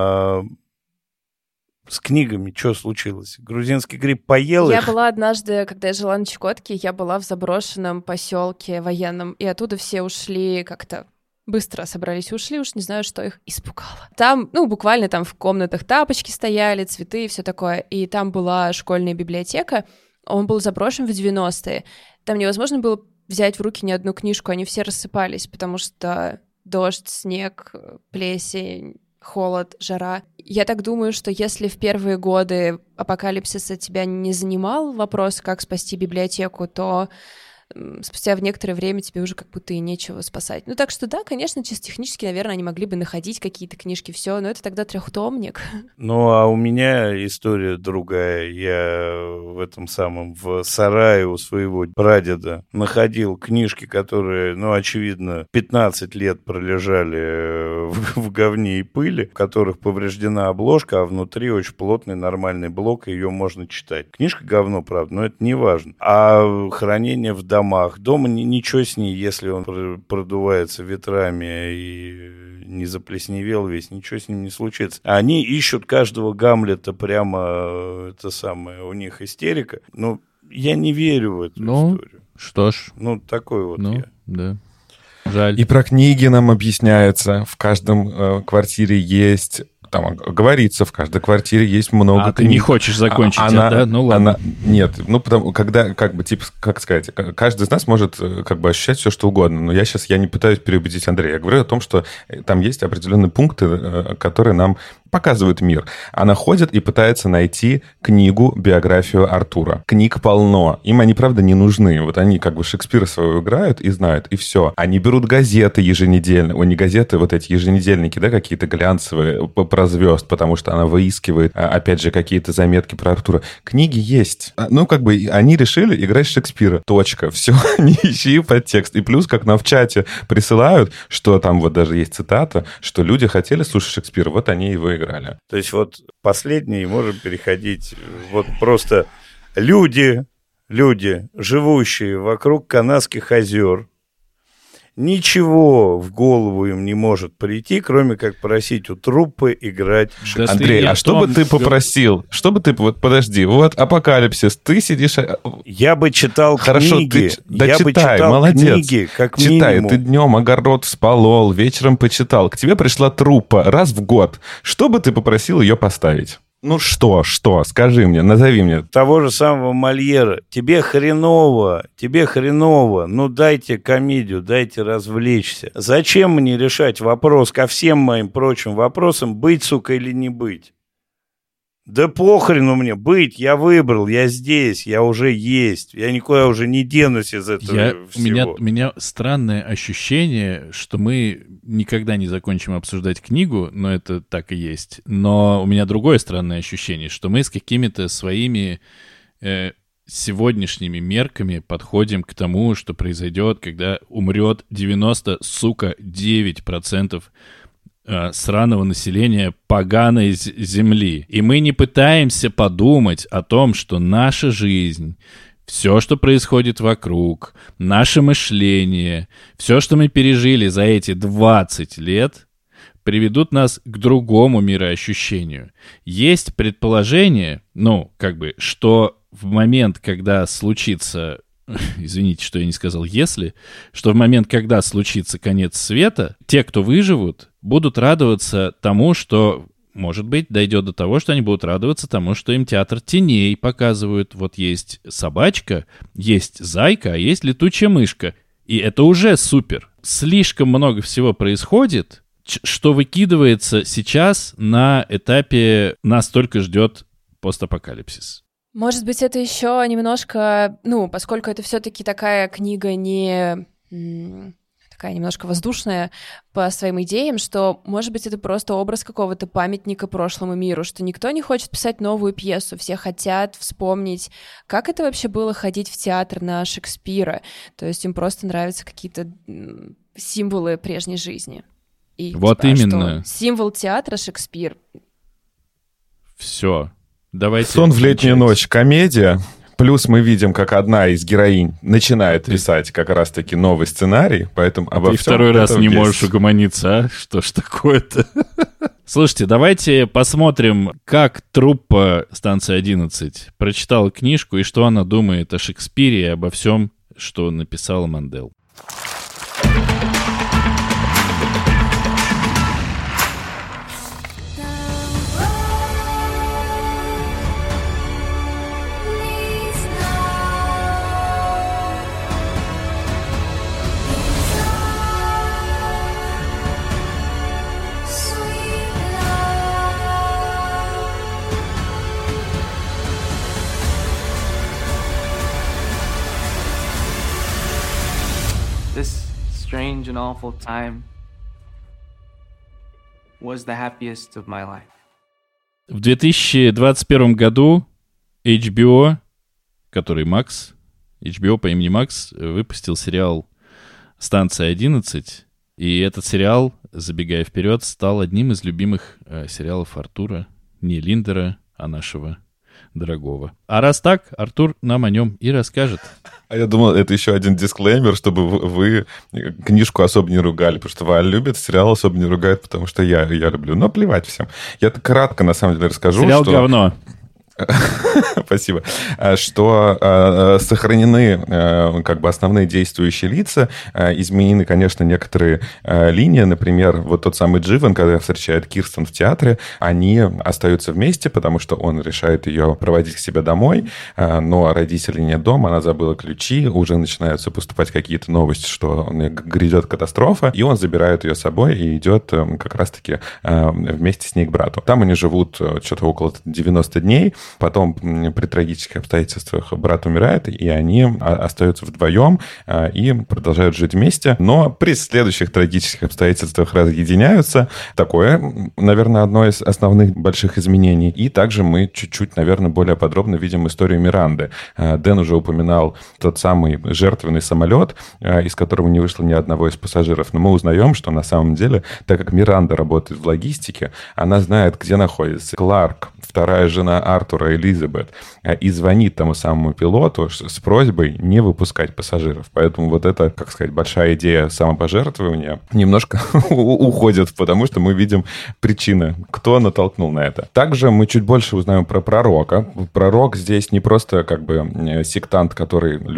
С книгами что случилось? Грузинский гриб поел Я их? была однажды, когда я жила на Чукотке, я была в заброшенном поселке военном, и оттуда все ушли как-то... Быстро собрались и ушли, уж не знаю, что их испугало. Там, буквально там в комнатах тапочки стояли, цветы и все такое. И там была школьная библиотека. Он был заброшен в 90-е. Там невозможно было взять в руки ни одну книжку, они все рассыпались, потому что дождь, снег, плесень, холод, жара. Я так думаю, что если в первые годы апокалипсиса тебя не занимал вопрос, как спасти библиотеку, то... спустя в некоторое время тебе уже как будто и нечего спасать. Ну, так что да, конечно, чисто технически, наверное, они могли бы находить какие-то книжки, все, но это тогда трехтомник. Ну, а у меня история другая. Я в сарае у своего прадеда находил книжки, которые, очевидно, 15 лет пролежали в говне и пыли, в которых повреждена обложка, а внутри очень плотный нормальный блок, и ее можно читать. Книжка говно, правда, но это не важно. А хранение в домах. Дома ничего с ней, если он продувается ветрами и не заплесневел весь, ничего с ним не случится. Они ищут каждого Гамлета прямо, у них истерика. Но я не верю в эту историю. Что ж. Такой вот я. Да. Жаль. И про книги нам объясняется. В каждом квартире есть... Там говорится, в каждой квартире есть много книг. Ты не хочешь закончить это, да? Ну ладно. Нет, потому когда, как сказать, каждый из нас может ощущать все, что угодно. Но я не пытаюсь переубедить Андрея. Я говорю о том, что там есть определенные пункты, которые нам показывают мир. Она ходит и пытается найти книгу, биографию Артура. Книг полно. Им они, правда, не нужны. Вот они Шекспира своего играют и знают, и все. Они берут газеты еженедельно. Не газеты, вот эти еженедельники, да, какие-то глянцевые, про звезд, потому что она выискивает, опять же, какие-то заметки про Артура. Книги есть. Они решили играть Шекспира. Точка. Все, не ищи подтекст. И плюс, как нам в чате присылают, что там вот даже есть цитата, что люди хотели слушать Шекспира, вот они его играли. То есть последнее, можем переходить, просто люди, живущие вокруг Канадских озер, ничего в голову им не может прийти, кроме как просить у труппы играть Шекспира. Андрей, что бы ты попросил? Подожди, апокалипсис, ты сидишь... Я бы читал книги. Читай, молодец. Книги, как читай, минимум. ты днем огород сполол, вечером почитал. К тебе пришла труппа раз в год. Что бы ты попросил ее поставить? Ну что, скажи мне, назови мне. Того же самого Мольера. Тебе хреново, ну дайте комедию, дайте развлечься. Зачем мне решать вопрос ко всем моим прочим вопросам, быть, сука, или не быть? Да похрену мне, быть, я выбрал, я здесь, я уже есть, я никуда уже не денусь из этого всего. У меня странное ощущение, что мы никогда не закончим обсуждать книгу, но это так и есть. Но у меня другое странное ощущение, что мы с какими-то своими сегодняшними мерками подходим к тому, что произойдет, когда умрет 99% сраного населения поганой земли. И мы не пытаемся подумать о том, что наша жизнь, все, что происходит вокруг, наше мышление, все, что мы пережили за эти 20 лет, приведут нас к другому мироощущению. Есть предположение, что в момент, когда случится... Извините, что я не сказал «если», что в момент, когда случится конец света, те, кто выживут, будут радоваться тому, что, может быть, дойдет до того, что они будут радоваться тому, что им театр теней показывают. Вот есть собачка, есть зайка, а есть летучая мышка. И это уже супер. Слишком много всего происходит, что выкидывается сейчас на этапе «нас только ждет постапокалипсис». Может быть, это еще немножко, поскольку это все-таки такая книга такая немножко воздушная по своим идеям, что, может быть, это просто образ какого-то памятника прошлому миру, что никто не хочет писать новую пьесу, все хотят вспомнить, как это вообще было ходить в театр на Шекспира, то есть им просто нравятся какие-то символы прежней жизни. И, вот именно. Символ театра Шекспир. Все. Давайте «Сон в летнюю ночь» — комедия. Плюс мы видим, как одна из героинь начинает писать как раз-таки новый сценарий, поэтому обо всем второй раз не есть. можешь угомониться, а? Что ж такое-то? Слушайте, давайте посмотрим, как труппа «Станция 11» прочитала книжку и что она думает о Шекспире и обо всем, что написала Мандел. Strange and awful time was the happiest of my life. В 2021 году HBO, который Макс, HBO по имени Макс, выпустил сериал «Станция 11», и этот сериал, забегая вперед, стал одним из любимых сериалов Артура, не Линдера, а нашего дорогого. А раз так, Артур нам о нем и расскажет. А я думал, это еще один дисклеймер, чтобы вы книжку особо не ругали, потому что Валя любит, сериал особо не ругает, потому что я люблю. Но плевать всем. Я кратко, на самом деле, расскажу, сериал что... говно. Спасибо. Что сохранены как бы основные действующие лица, изменены, конечно, некоторые линии. Например, вот тот самый Дживан, когда встречает Кирстен в театре, они остаются вместе, потому что он решает ее проводить к себе домой, но родителей нет дома, она забыла ключи, уже начинаются поступать какие-то новости, что грядет катастрофа, и он забирает ее с собой и идет как раз-таки вместе с ней к брату. Там они живут что-то около 90 дней. Потом при трагических обстоятельствах брат умирает, и они остаются вдвоем и продолжают жить вместе. Но при следующих трагических обстоятельствах разъединяются. Такое, наверное, одно из основных больших изменений. И также мы чуть-чуть, наверное, более подробно видим историю Миранды. Дэн уже упоминал тот самый жертвенный самолет, из которого не вышло ни одного из пассажиров. Но мы узнаем, что на самом деле, так как Миранда работает в логистике, она знает, где находится Кларк, вторая жена Артура, Элизабет, и звонит тому самому пилоту с просьбой не выпускать пассажиров. Поэтому вот эта, как сказать, большая идея самопожертвования немножко уходит, потому что мы видим причины, кто натолкнул на это. Также мы чуть больше узнаем про пророка. Пророк здесь не просто как бы сектант, который любит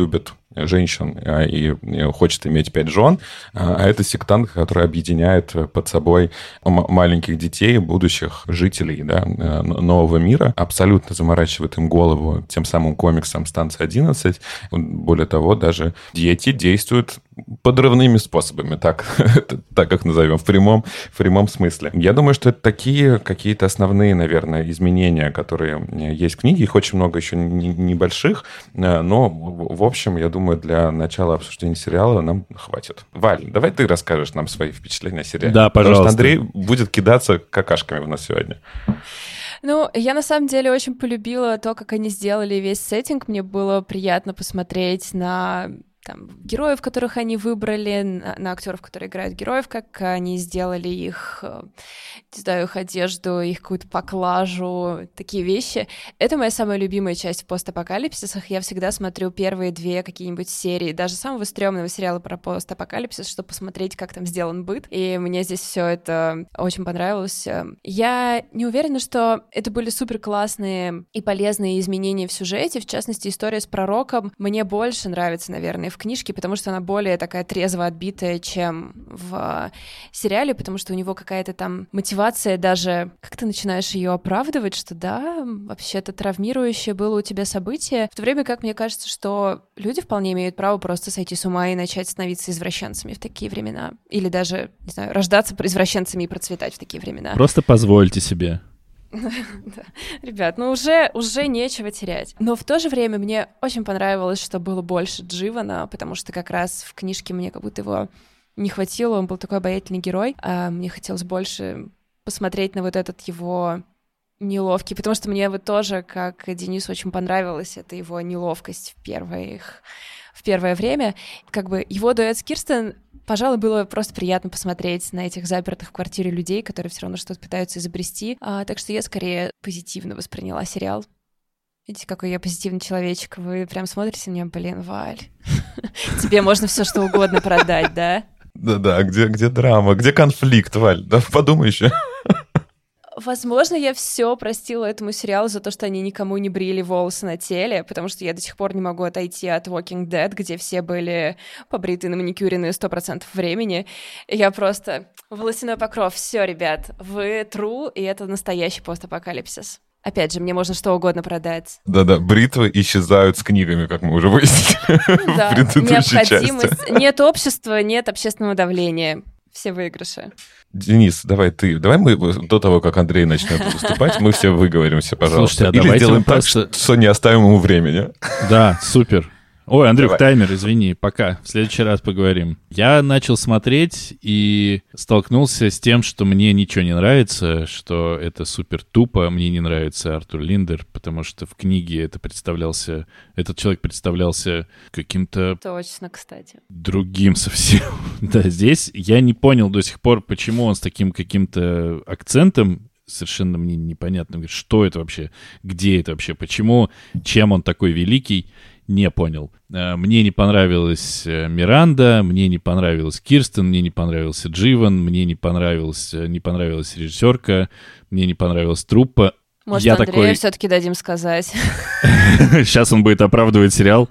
женщин и хочет иметь 5 жен, а это сектант, который объединяет под собой маленьких детей, будущих жителей, да, нового мира, абсолютно заморачивает им голову тем самым комиксом «Станция 11». Более того, даже дети действуют подрывными способами, так как назовем, в прямом смысле. Я думаю, что это такие какие-то основные, наверное, изменения, которые есть в книге. Их очень много еще небольших, но, в общем, я думаю, для начала обсуждения сериала нам хватит. Валь, давай ты расскажешь нам свои впечатления о сериале. Да, пожалуйста. Потому что Андрей будет кидаться какашками у нас сегодня. Ну, я на самом деле очень полюбила то, как они сделали весь сеттинг. Мне было приятно посмотреть на героев, которых они выбрали, на актеров, которые играют героев, как они сделали их, не знаю, их одежду, их какую-то поклажу, такие вещи. Это моя самая любимая часть в постапокалипсисах. Я всегда смотрю первые 2 какие-нибудь серии, даже самого стрёмного сериала про постапокалипсис, чтобы посмотреть, как там сделан быт. И мне здесь все это очень понравилось. Я не уверена, что это были супер классные и полезные изменения в сюжете. В частности, история с пророком мне больше нравится, наверное, в книжке, потому что она более такая трезво отбитая, чем в сериале, потому что у него какая-то там мотивация даже, как ты начинаешь ее оправдывать, что да, вообще-то травмирующее было у тебя событие, в то время как мне кажется, что люди вполне имеют право просто сойти с ума и начать становиться извращенцами в такие времена, или даже, не знаю, рождаться извращенцами и процветать в такие времена. Просто позвольте себе. Да. Ребят, ну уже нечего терять. Но в то же время мне очень понравилось, что было больше Дживана, потому что как раз в книжке мне как будто его не хватило, он был такой обаятельный герой, а мне хотелось больше посмотреть на вот этот его неловкий, потому что мне вот тоже, как Денису, очень понравилась эта его неловкость в первое время. Как бы его дуэт с Кирстен, пожалуй, было просто приятно посмотреть на этих запертых в квартире людей, которые все равно что-то пытаются изобрести. Так что я скорее позитивно восприняла сериал. Видите, какой я позитивный человечек. Вы прям смотрите на меня, блин, Валь. Тебе можно все что угодно продать, да? Да-да, где драма, где конфликт, Валь? Да подумай еще. Возможно, я все простила этому сериалу за то, что они никому не брили волосы на теле, потому что я до сих пор не могу отойти от Walking Dead, где все были побриты, на маникюренные 100% времени. Я просто... Волосяной покров. Все, ребят, вы true, и это настоящий постапокалипсис. Опять же, мне можно что угодно продать. Да-да, бритвы исчезают с книгами, как мы уже выяснили в предыдущей части. Нет общества, нет общественного давления. Все выигрыши. Денис, давай мы до того, как Андрей начнет выступать, мы все выговоримся, пожалуйста. Слушайте, или сделаем так, что не оставим ему времени. Да, супер. Ой, Андрюх, таймер, извини, пока. В следующий раз поговорим. Я начал смотреть и столкнулся с тем, что мне ничего не нравится, что это супер тупо. Мне не нравится Артур Линдер, потому что в книге этот человек представлялся каким-то... Точно, кстати. Другим совсем. Да, здесь я не понял до сих пор, почему он с таким каким-то акцентом, совершенно мне непонятно, что это вообще, где это вообще, почему, чем он такой великий. Не понял. Мне не понравилась Миранда, мне не понравилась Кирстен, мне не понравился Дживан, мне не понравилась режиссерка, мне не понравилась труппа. Может, Андрею все-таки дадим сказать. Сейчас он будет оправдывать сериал.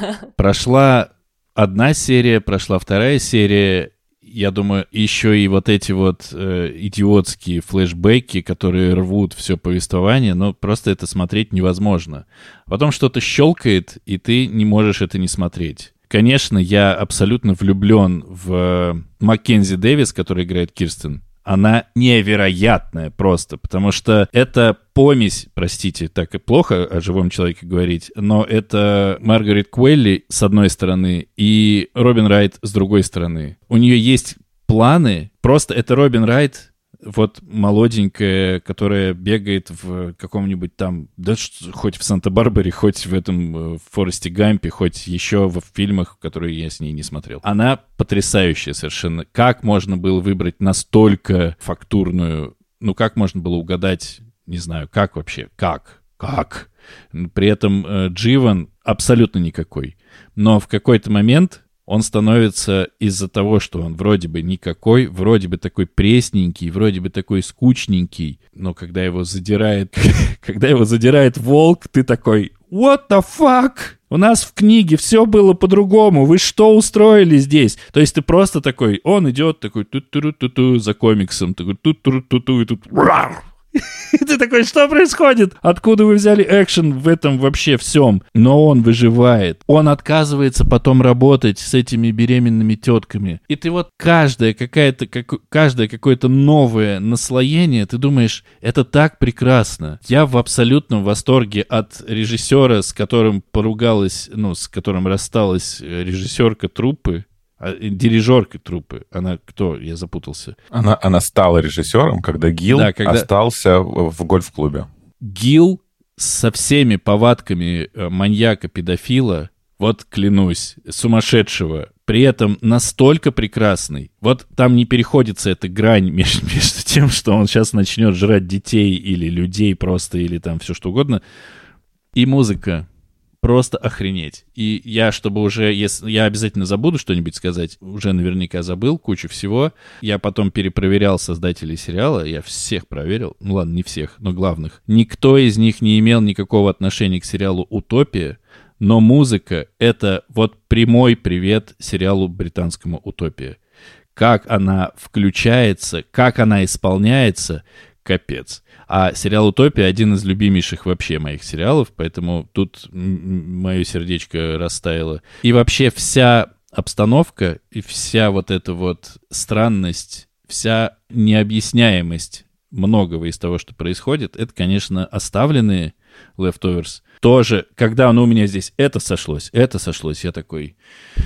Прошла одна серия, прошла вторая серия. Я думаю, еще и вот эти вот идиотские флешбеки, которые рвут все повествование, но просто это смотреть невозможно. Потом что-то щелкает, и ты не можешь это не смотреть. Конечно, я абсолютно влюблен в Маккензи Дэвис, которая играет Кирстен. Она невероятная просто, потому что это помесь, простите, так и плохо о живом человеке говорить, но это Маргарет Куэлли с одной стороны и Робин Райт с другой стороны. У нее есть планы, просто это Робин Райт, вот молоденькая, которая бегает в каком-нибудь там, да хоть в Санта-Барбаре, хоть в этом в Форесте Гампе, хоть еще в фильмах, которые я с ней не смотрел. Она потрясающая совершенно. Как можно было выбрать настолько фактурную, как можно было угадать, не знаю, как вообще, как? При этом Дживан абсолютно никакой. Но в какой-то момент он становится из-за того, что он вроде бы никакой, вроде бы такой пресненький, вроде бы такой скучненький, но когда его задирает волк, ты такой, what the fuck? У нас в книге все было по-другому. Вы что устроили здесь? То есть ты просто такой, он идет такой ту-ту-ту-ту за комиксом, такой ту-ту-ту-ту, и тут... И ты такой, что происходит? Откуда вы взяли экшен в этом вообще всем? Но он выживает. Он отказывается потом работать с этими беременными тетками. И ты вот каждое какое-то новое наслоение, ты думаешь, это так прекрасно. Я в абсолютном восторге от режиссера, с которым поругалась, с которым рассталась режиссерка труппы. Дирижерка труппы. Она кто? Я запутался. Она стала режиссером, когда Гил остался в гольф-клубе. Гил со всеми повадками маньяка-педофила, вот клянусь, сумасшедшего, при этом настолько прекрасный. Вот там не переходится эта грань между тем, что он сейчас начнет жрать детей или людей просто, или там все что угодно. И музыка. Просто охренеть. И я, чтобы уже... Я обязательно забуду что-нибудь сказать. Уже наверняка забыл кучу всего. Я потом перепроверял создателей сериала. Я всех проверил. Ну ладно, не всех, но главных. Никто из них не имел никакого отношения к сериалу «Утопия». Но музыка — это вот прямой привет сериалу британскому «Утопия». Как она включается, как она исполняется — капец. А сериал «Утопия» — один из любимейших вообще моих сериалов, поэтому тут мое сердечко растаяло. И вообще вся обстановка и вся вот эта вот странность, вся необъясняемость многого из того, что происходит, это, конечно, оставленные Leftovers. Тоже, когда у меня здесь это сошлось, я такой...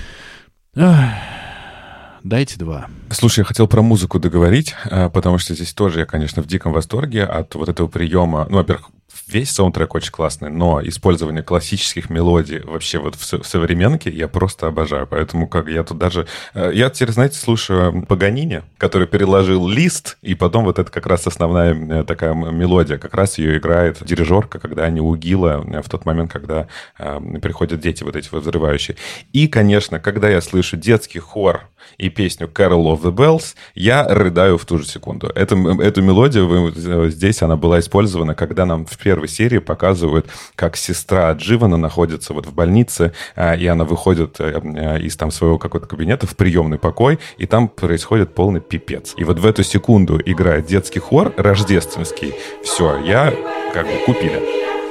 Дайте 2. Слушай, я хотел про музыку договорить, потому что здесь тоже я, конечно, в диком восторге от вот этого приема. Ну, во-первых, весь саундтрек очень классный, но использование классических мелодий вообще вот в современке я просто обожаю. Поэтому как я тут даже... Я теперь, знаете, слушаю Паганини, который переложил лист, и потом вот это как раз основная такая мелодия. Как раз ее играет дирижерка, когда они у Гила в тот момент, когда приходят дети вот эти взрывающие. И, конечно, когда я слышу детский хор и песню «Carol of the Bells», я рыдаю в ту же секунду. Эту мелодию здесь она была использована, когда нам в первой серии показывают, как сестра Дживана находится вот в больнице, и она выходит из там своего какого-то кабинета в приемный покой, и там происходит полный пипец. И вот в эту секунду играет детский хор рождественский. Все, я как бы купили.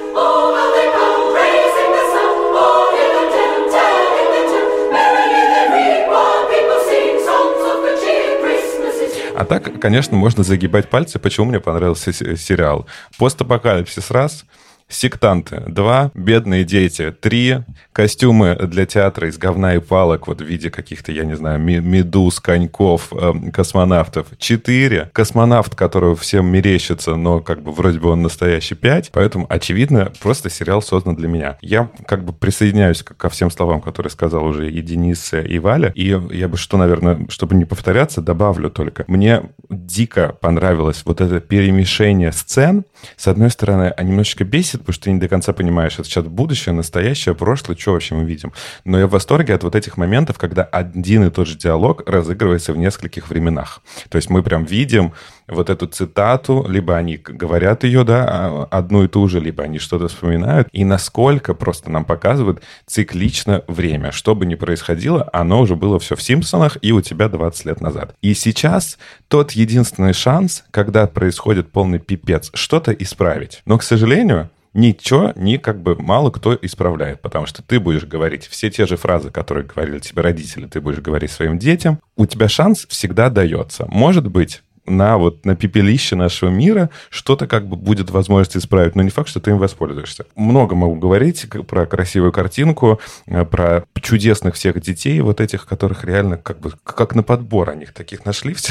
А так, конечно, можно загибать пальцы, почему мне понравился сериал. Постапокалипсис — раз, сектанты — 2, бедные дети — 3, костюмы для театра из говна и палок, вот в виде каких-то, я не знаю, медуз, коньков, космонавтов — 4, космонавт, которого всем мерещится, но как бы вроде бы он настоящий — 5, поэтому, очевидно, просто сериал создан для меня. Я как бы присоединяюсь ко всем словам, которые сказал уже и Денис, и Валя, и я бы что, наверное, чтобы не повторяться, добавлю только. Мне дико понравилось вот это перемешение сцен. С одной стороны, немножечко бесит, потому что ты не до конца понимаешь, это сейчас будущее, настоящее, прошлое, что вообще мы видим. Но я в восторге от вот этих моментов, когда один и тот же диалог разыгрывается в нескольких временах. То есть мы прям видим вот эту цитату, либо они говорят ее, да, одну и ту же, либо они что-то вспоминают, и насколько просто нам показывают циклично время. Что бы ни происходило, оно уже было все в «Симпсонах» и у тебя 20 лет назад. И сейчас тот единственный шанс, когда происходит полный пипец, что-то исправить. Но, к сожалению, ничего, как бы мало кто исправляет, потому что ты будешь говорить все те же фразы, которые говорили тебе родители, ты будешь говорить своим детям. У тебя шанс всегда дается. Может быть, на пепелище нашего мира что-то как бы будет возможность исправить, но не факт, что ты им воспользуешься. Много могу говорить про красивую картинку, про чудесных всех детей, вот этих, которых реально как бы как на подбор они таких нашли все.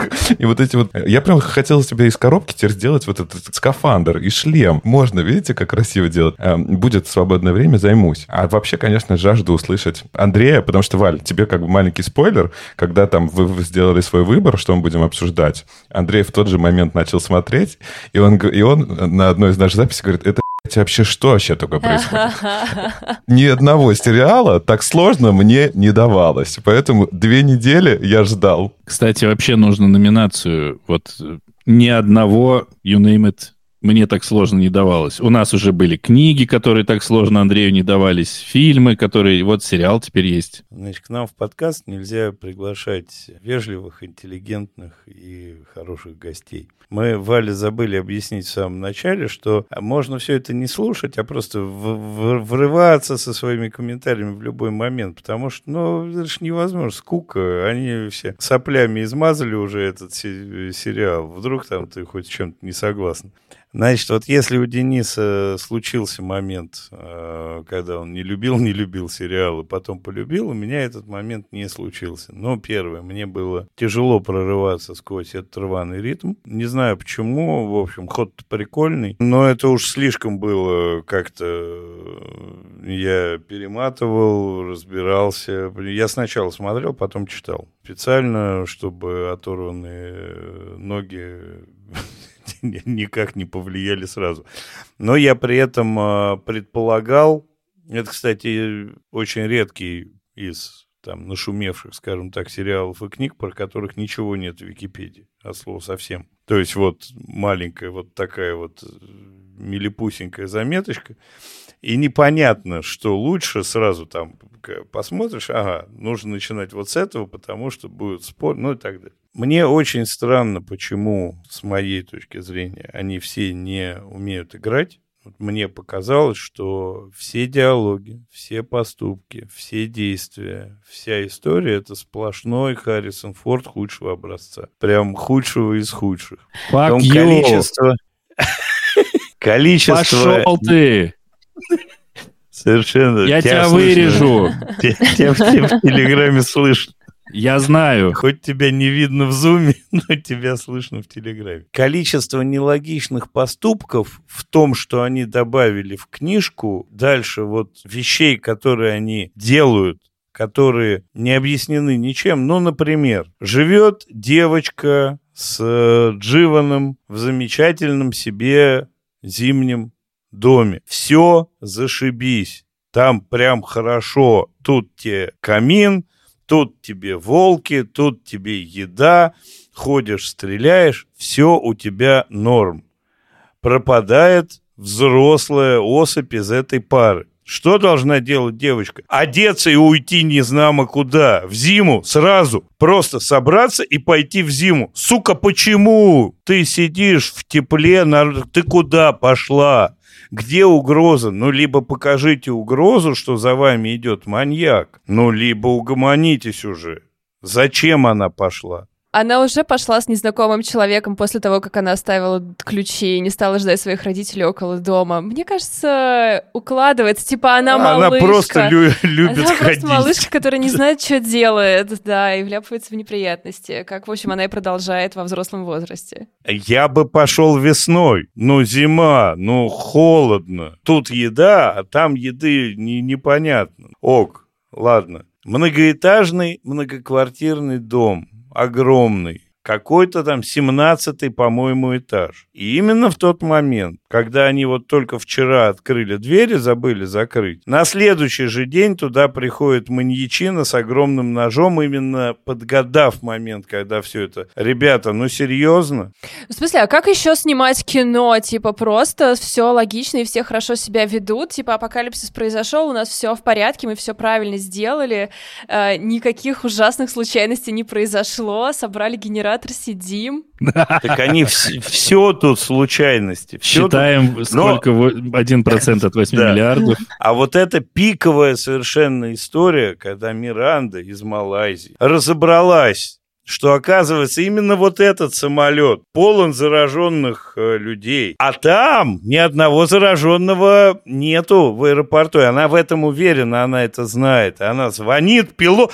И вот эти вот... Я прям хотел себе из коробки теперь сделать вот этот скафандр и шлем. Можно, видите, как красиво делать? Будет свободное время, займусь. А вообще, конечно, жажду услышать Андрея, потому что, Валь, тебе как бы маленький спойлер, когда там вы сделали свой выбор, что мы будем обсуждать, Андрей в тот же момент начал смотреть, и он на одной из наших записей говорит: это вообще что вообще такое происходит? Ни одного сериала так сложно мне не давалось. Поэтому 2 недели я ждал. Кстати, вообще нужно номинацию. Вот ни одного, you name it, мне так сложно не давалось. У нас уже были книги, которые так сложно Андрею не давались, фильмы, которые... Вот сериал теперь есть. Значит, к нам в подкаст нельзя приглашать вежливых, интеллигентных и хороших гостей. Мы Вале забыли объяснить в самом начале, что можно все это не слушать, а просто врываться со своими комментариями в любой момент, потому что, это же невозможно, скука, они все соплями измазали уже этот сериал, вдруг там ты хоть с чем-то не согласен. Значит, вот если у Дениса случился момент, когда он не любил сериал и потом полюбил, у меня этот момент не случился. Но первое, мне было тяжело прорываться сквозь этот рваный ритм. Не знаю почему, в общем, ход-то прикольный, но это уж слишком было как-то... Я перематывал, разбирался. Я сначала смотрел, потом читал. Специально, чтобы оторванные ноги... никак не повлияли сразу. Но я при этом предполагал, это, кстати, очень редкий из там нашумевших, скажем так, сериалов и книг, про которых ничего нет в Википедии, от слова совсем. То есть вот маленькая вот такая вот милипусенькая заметочка, и непонятно, что лучше, сразу там посмотришь, нужно начинать вот с этого, потому что будет спор, и так далее. Мне очень странно, почему, с моей точки зрения, они все не умеют играть. Мне показалось, что все диалоги, все поступки, все действия, вся история — это сплошной Харрисон Форд худшего образца. Прям худшего из худших. Количество... Пошел ты! Совершенно. Я тебя вырежу. Тебя в Телеграме слышно. Я знаю. Хоть тебя не видно в зуме, но тебя слышно в Телеграме. Количество нелогичных поступков в том, что они добавили в книжку, дальше вот вещей, которые они делают, которые не объяснены ничем. Например, живет девочка с Дживаном в замечательном себе зимнем доме. Все зашибись. Там прям хорошо. Тут тебе камин, тут тебе волки, тут тебе еда. Ходишь, стреляешь. Все у тебя норм. Пропадает взрослая особь из этой пары. Что должна делать девочка? Одеться и уйти незнамо куда. В зиму сразу. Просто собраться и пойти в зиму. Сука, почему? Ты сидишь в тепле, ты куда пошла? Где угроза? Либо покажите угрозу, что за вами идет маньяк. Либо угомонитесь уже. Зачем она пошла? Она уже пошла с незнакомым человеком после того, как она оставила ключи и не стала ждать своих родителей около дома. Мне кажется, укладывается. Типа она малышка. Она просто любит ходить. Она просто малышка, которая не знает, что делает, да, и вляпывается в неприятности. Как, в общем, она и продолжает во взрослом возрасте. Я бы пошел весной. Зима, холодно. Тут еда, а там еды непонятно. Ок, ладно. Многоэтажный, многоквартирный дом. Огромный. Какой-то там 17-й, по-моему, этаж. И именно в тот момент, когда они вот только вчера открыли двери, забыли закрыть, на следующий же день туда приходит маньячина с огромным ножом, именно подгадав момент, когда все это. Ребята, серьезно? В смысле, а как еще снимать кино? Типа просто все логично и все хорошо себя ведут. Типа апокалипсис произошел, у нас все в порядке, мы все правильно сделали, никаких ужасных случайностей не произошло, собрали генератор, сидим. Так они все тут случайности. Считаем, сколько 1% от 8 миллиардов. А вот это пиковая совершенно история, когда Миранда из Малайзии разобралась, что, оказывается, именно вот этот самолет полон зараженных людей. А там ни одного зараженного нету в аэропорту. И она в этом уверена, она это знает. Она звонит пилоту,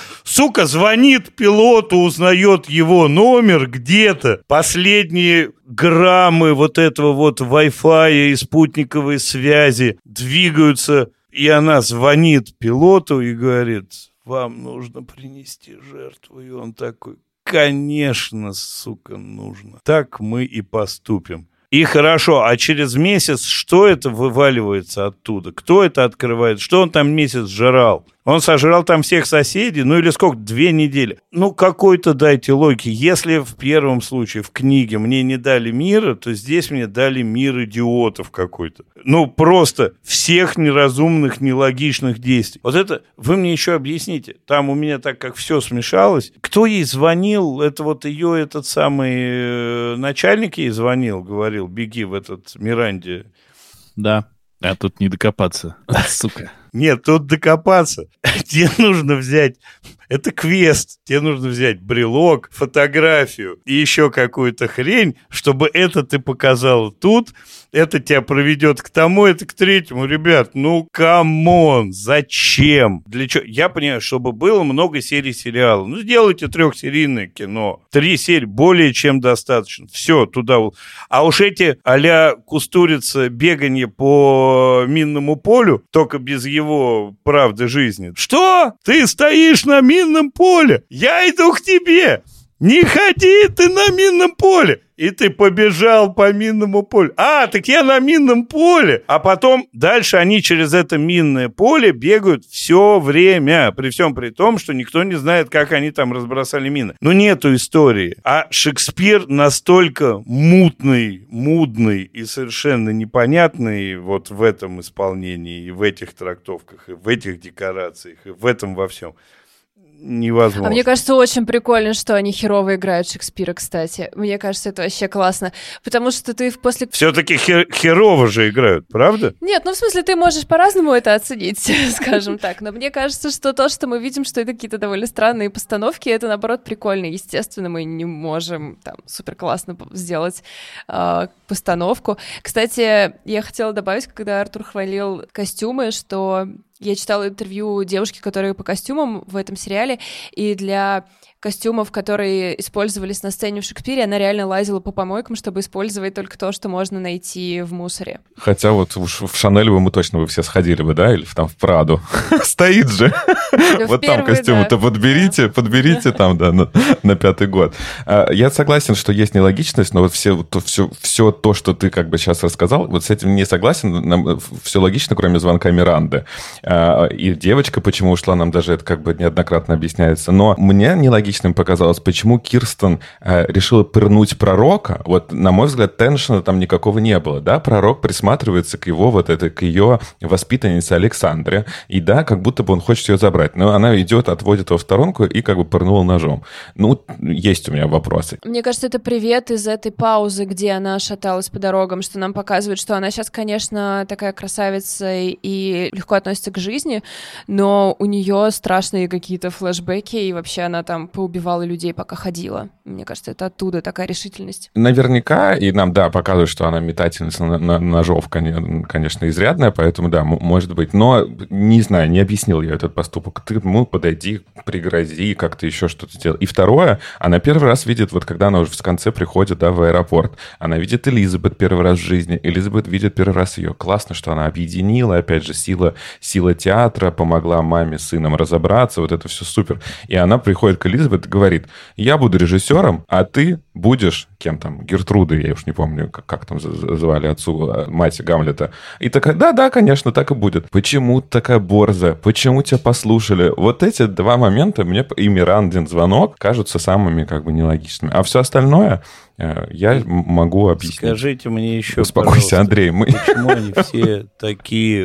звонит пилоту, узнает его номер где-то. Последние граммы вот этого вот Wi-Fi и спутниковой связи двигаются. И она звонит пилоту и говорит: вам нужно принести жертву. И он такой: конечно, сука, нужно. Так мы и поступим. И хорошо, а через месяц что это вываливается оттуда? Кто это открывает? Что он там месяц жрал? Он сожрал там всех соседей, ну или сколько, 2 недели. Ну, какой-то дайте логики. Если в первом случае, в книге, мне не дали мира, то здесь мне дали мир идиотов какой-то. Ну, просто всех неразумных, нелогичных действий. Вот это вы мне еще объясните. Там у меня так как все смешалось. Кто ей звонил? Это вот ее этот самый начальник ей звонил, говорил, беги в этот Миранде. Да, а тут не докопаться, сука. Нет, тут докопаться. Тебе нужно взять... Это квест. Тебе нужно взять брелок, фотографию и еще какую-то хрень, чтобы это ты показал тут, это тебя проведет к тому, это к третьему. Ребят, ну камон, зачем? Для чего? Я понимаю, чтобы было много серий сериала. Ну, сделайте 3-серийное кино. 3 серии более чем достаточно. Все, туда. А уж эти а-ля Кустурица бегание по минному полю, только без его правды жизни. Что? Ты стоишь на минном поле? Я иду к тебе. Не ходи ты на минном поле. И ты побежал по минному полю. А, так я на минном поле. А потом дальше они через это минное поле бегают все время. При всем при том, что никто не знает, как они там разбросали мины. Но нету истории. А Шекспир настолько мутный и совершенно непонятный вот в этом исполнении, и в этих трактовках, и в этих декорациях, и в этом во всем. Невозможно. А мне кажется, очень прикольно, что они херово играют Шекспира, кстати. Мне кажется, это вообще классно. Потому что ты после... Все-таки херово же играют, правда? Нет, ну в смысле, ты можешь по-разному это оценить, скажем так. Но мне кажется, что то, что мы видим, что это какие-то довольно странные постановки, это, наоборот, прикольно. Естественно, мы не можем там супер классно сделать постановку. Кстати, я хотела добавить, когда Артур хвалил костюмы, что... Я читала интервью девушки, которые по костюмам в этом сериале, и для костюмов, которые использовались на сцене в Шекспире, она реально лазила по помойкам, чтобы использовать только то, что можно найти в мусоре. Хотя вот уж в Шанель мы точно бы все сходили бы, да, или там в Праду. Стоит же. Вот там костюмы-то подберите там, да, на 5-й год. Я согласен, что есть нелогичность, но вот все то, что ты как бы сейчас рассказал, вот с этим не согласен. Все логично, кроме звонка Миранды. И девочка почему ушла, нам даже это как бы неоднократно объясняется. Но мне нелогично показалось, почему Кирстен решила пырнуть пророка. Вот, на мой взгляд, теншена там никакого не было, да? Пророк присматривается к к ее воспитаннице Александре, и да, как будто бы он хочет ее забрать. Но она идет, отводит его в сторонку и как бы пырнула ножом. Ну, есть у меня вопросы. Мне кажется, это привет из этой паузы, где она шаталась по дорогам, что нам показывает, что она сейчас, конечно, такая красавица и легко относится к жизни, но у нее страшные какие-то флешбеки, и вообще она там поубивала людей, пока ходила. Мне кажется, это оттуда такая решительность. Наверняка, и нам, да, показывают, что она метательница ножов, конечно, изрядная, поэтому, да, может быть. Но, не знаю, не объяснил я этот поступок. Ты, подойди, пригрози, как-то еще что-то сделай. И второе, она первый раз видит, вот когда она уже в конце приходит, да, в аэропорт, она видит Элизабет первый раз в жизни, Элизабет видит первый раз ее. Классно, что она объединила, опять же, сила театра, помогла маме с сыном разобраться, вот это все супер. И она приходит к Элизабет и говорит: я буду режиссером, а ты будешь кем там, Гертрудой, я уж не помню, как там звали отцу, мать Гамлета. И такая: да, конечно, так и будет. Почему такая борзая? Почему тебя послушали? Вот эти 2 момента мне и Мирандин звонок кажутся самыми как бы нелогичными. А все остальное я могу объяснить. Скажите мне еще, успокойся, Андрей. Почему они все такие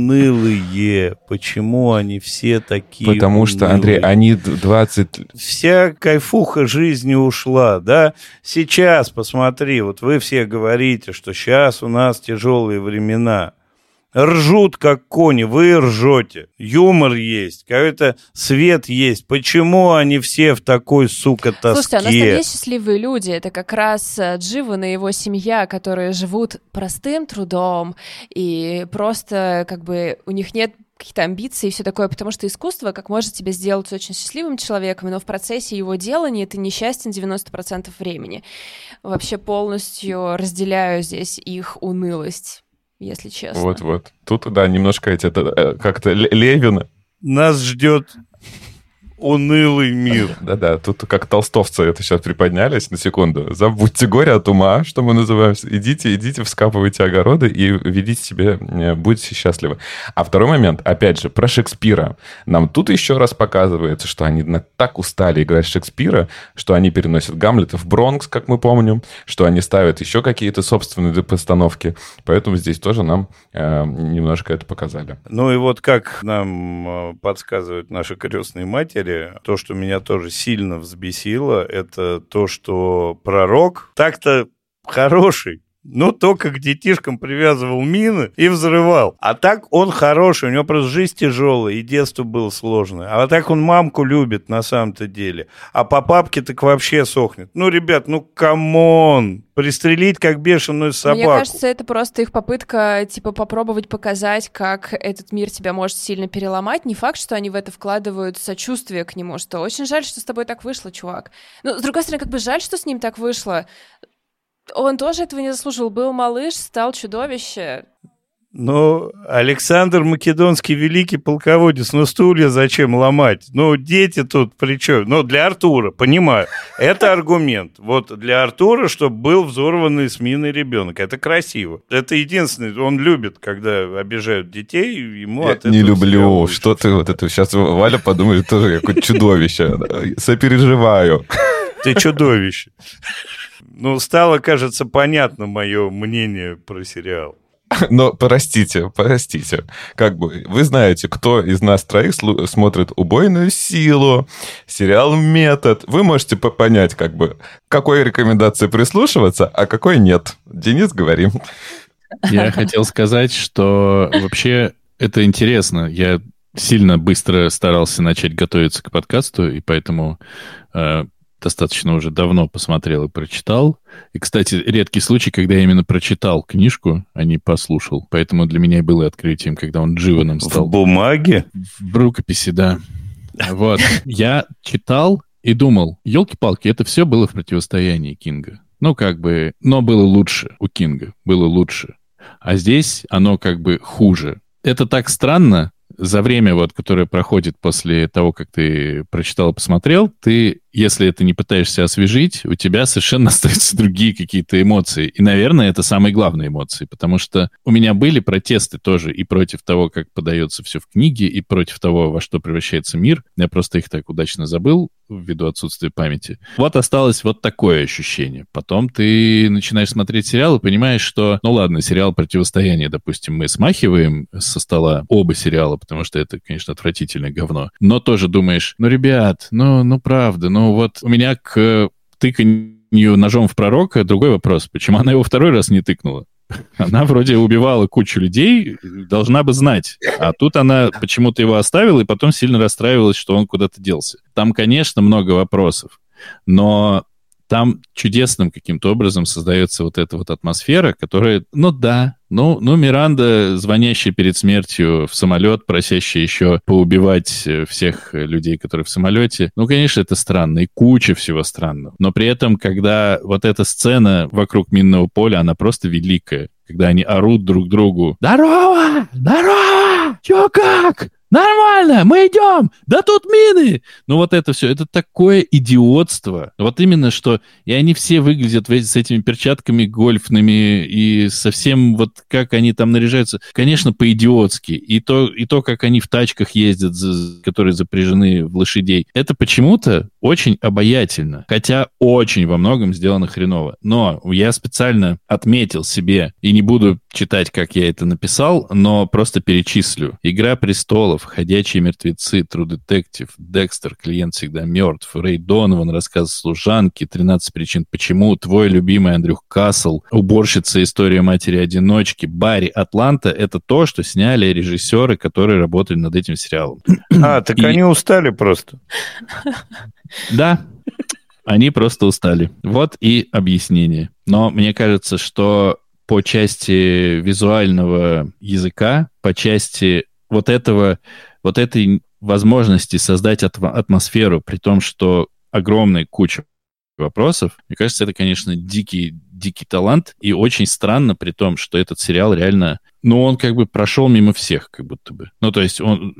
унылые? Почему они все такие Потому унылые? что, Андрей, они 20... Вся кайфуха жизни ушла, да? Сейчас, посмотри, вот вы все говорите, что сейчас у нас тяжелые времена. Ржут, как кони, вы ржете. Юмор есть, какой-то свет есть. Почему они все в такой, сука, тоске? Слушайте, у нас там есть счастливые люди. Это как раз Дживан и его семья, которые живут простым трудом. И просто как бы у них нет каких-то амбиций и все такое, потому что искусство как может тебя сделать очень счастливым человеком, но в процессе его делания ты несчастен 90% времени. Вообще полностью разделяю здесь их унылость, если честно. Вот. Тут, да, немножко как-то Левин. Нас ждет Унылый мир. Да-да, тут как толстовцы это сейчас приподнялись на секунду. Забудьте горе от ума, что мы называем. Идите, вскапывайте огороды и ведите себе, будьте счастливы. А второй момент, опять же, про Шекспира. Нам тут еще раз показывается, что они так устали играть Шекспира, что они переносят Гамлета в Бронкс, как мы помним, что они ставят еще какие-то собственные постановки. Поэтому здесь тоже нам немножко это показали. Ну и вот как нам подсказывают наши крестные матери, то, что меня тоже сильно взбесило, это то, что пророк так-то хороший, но только к детишкам привязывал мины и взрывал. А так он хороший, у него просто жизнь тяжелая, и детство было сложное. А так он мамку любит на самом-то деле. А по папке так вообще сохнет. Ну, ребят, ну камон! Пристрелить как бешеную собаку. Мне кажется, это просто их попытка, типа, попробовать показать, как этот мир тебя может сильно переломать. Не факт, что они в это вкладывают сочувствие к нему, что очень жаль, что с тобой так вышло, чувак. Но, с другой стороны, как бы жаль, что с ним так вышло. Он тоже этого не заслужил. Был малыш, стал чудовище. Ну, Александр Македонский великий полководец, ну стулья зачем ломать? Ну, дети тут при чем? Ну, для Артура, понимаю, это аргумент. Вот для Артура, чтобы был взорванный с миной ребенок, это красиво. Это единственное, он любит, когда обижают детей, ему я от этого... не люблю, что ты вот это... Сейчас Валя подумает, тоже какое-то чудовище. Сопереживаю. Ты чудовище. Ну, стало, кажется, понятно мое мнение про сериал. Но простите, как бы вы знаете, кто из нас троих смотрит «Убойную силу», сериал «Метод». Вы можете понять, как бы, к какой рекомендации прислушиваться, а какой нет. Денис, говори. Я хотел сказать, что вообще это интересно. Я сильно быстро старался начать готовиться к подкасту, и поэтому... достаточно уже давно посмотрел и прочитал. И, кстати, редкий случай, когда я именно прочитал книжку, а не послушал. Поэтому для меня было открытием, когда он Дживаном стал. В бумаге? В рукописи, да. Вот. Я читал и думал, елки-палки, это все было в противостоянии Кинга. Ну, как бы, но было лучше у Кинга, было лучше. А здесь оно как бы хуже. Это так странно. За время, вот, которое проходит после того, как ты прочитал и посмотрел, ты, если это не пытаешься освежить, у тебя совершенно остаются другие какие-то эмоции. И, наверное, это самые главные эмоции, потому что у меня были протесты тоже и против того, как подается все в книге, и против того, во что превращается мир. Я просто их так удачно забыл ввиду отсутствия памяти. Вот осталось вот такое ощущение. Потом ты начинаешь смотреть сериал и понимаешь, что, ну ладно, сериал «Противостояние», допустим, мы смахиваем со стола оба сериала, потому что это, конечно, отвратительное говно. Но тоже думаешь, ну, ребят, ну правда, ну вот у меня к тыканью ножом в пророка другой вопрос. Почему она его второй раз не тыкнула? Она вроде убивала кучу людей, должна бы знать. А тут она почему-то его оставила и потом сильно расстраивалась, что он куда-то делся. Там, конечно, много вопросов, но там чудесным каким-то образом создается вот эта вот атмосфера, которая, ну да, ну Миранда, звонящая перед смертью в самолет, просящая еще поубивать всех людей, которые в самолете, ну, конечно, это странно, и куча всего странного. Но при этом, когда вот эта сцена вокруг минного поля, она просто великая, когда они орут друг другу: «Здорово! Здорово! Чё как? Нормально, мы идем! Да тут мины!» Ну вот это все, это такое идиотство. Вот именно что... И они все выглядят с этими перчатками гольфными, и совсем вот как они там наряжаются. Конечно, по-идиотски. И то, как они в тачках ездят, которые запряжены в лошадей. Это почему-то очень обаятельно. Хотя очень во многом сделано хреново. Но я специально отметил себе, и не буду читать, как я это написал, но просто перечислю. «Игра престолов», «Ходячие мертвецы», «True Detective», «Декстер», «Клиент всегда мертв», «Рэй Донован», «Рассказ служанки», «13 причин почему», «Твой любимый Андрюх Касл», «Уборщица. История матери-одиночки», «Барри», «Атланта» — это то, что сняли режиссеры, которые работали над этим сериалом. Так они устали просто. Да, они просто устали. Вот и объяснение. Но мне кажется, что по части визуального языка, по части вот этой возможности создать атмосферу, при том, что огромная куча вопросов, мне кажется, это, конечно, дикий талант, и очень странно при том, что этот сериал реально Но он как бы прошел мимо всех, как будто бы. Ну, то есть он,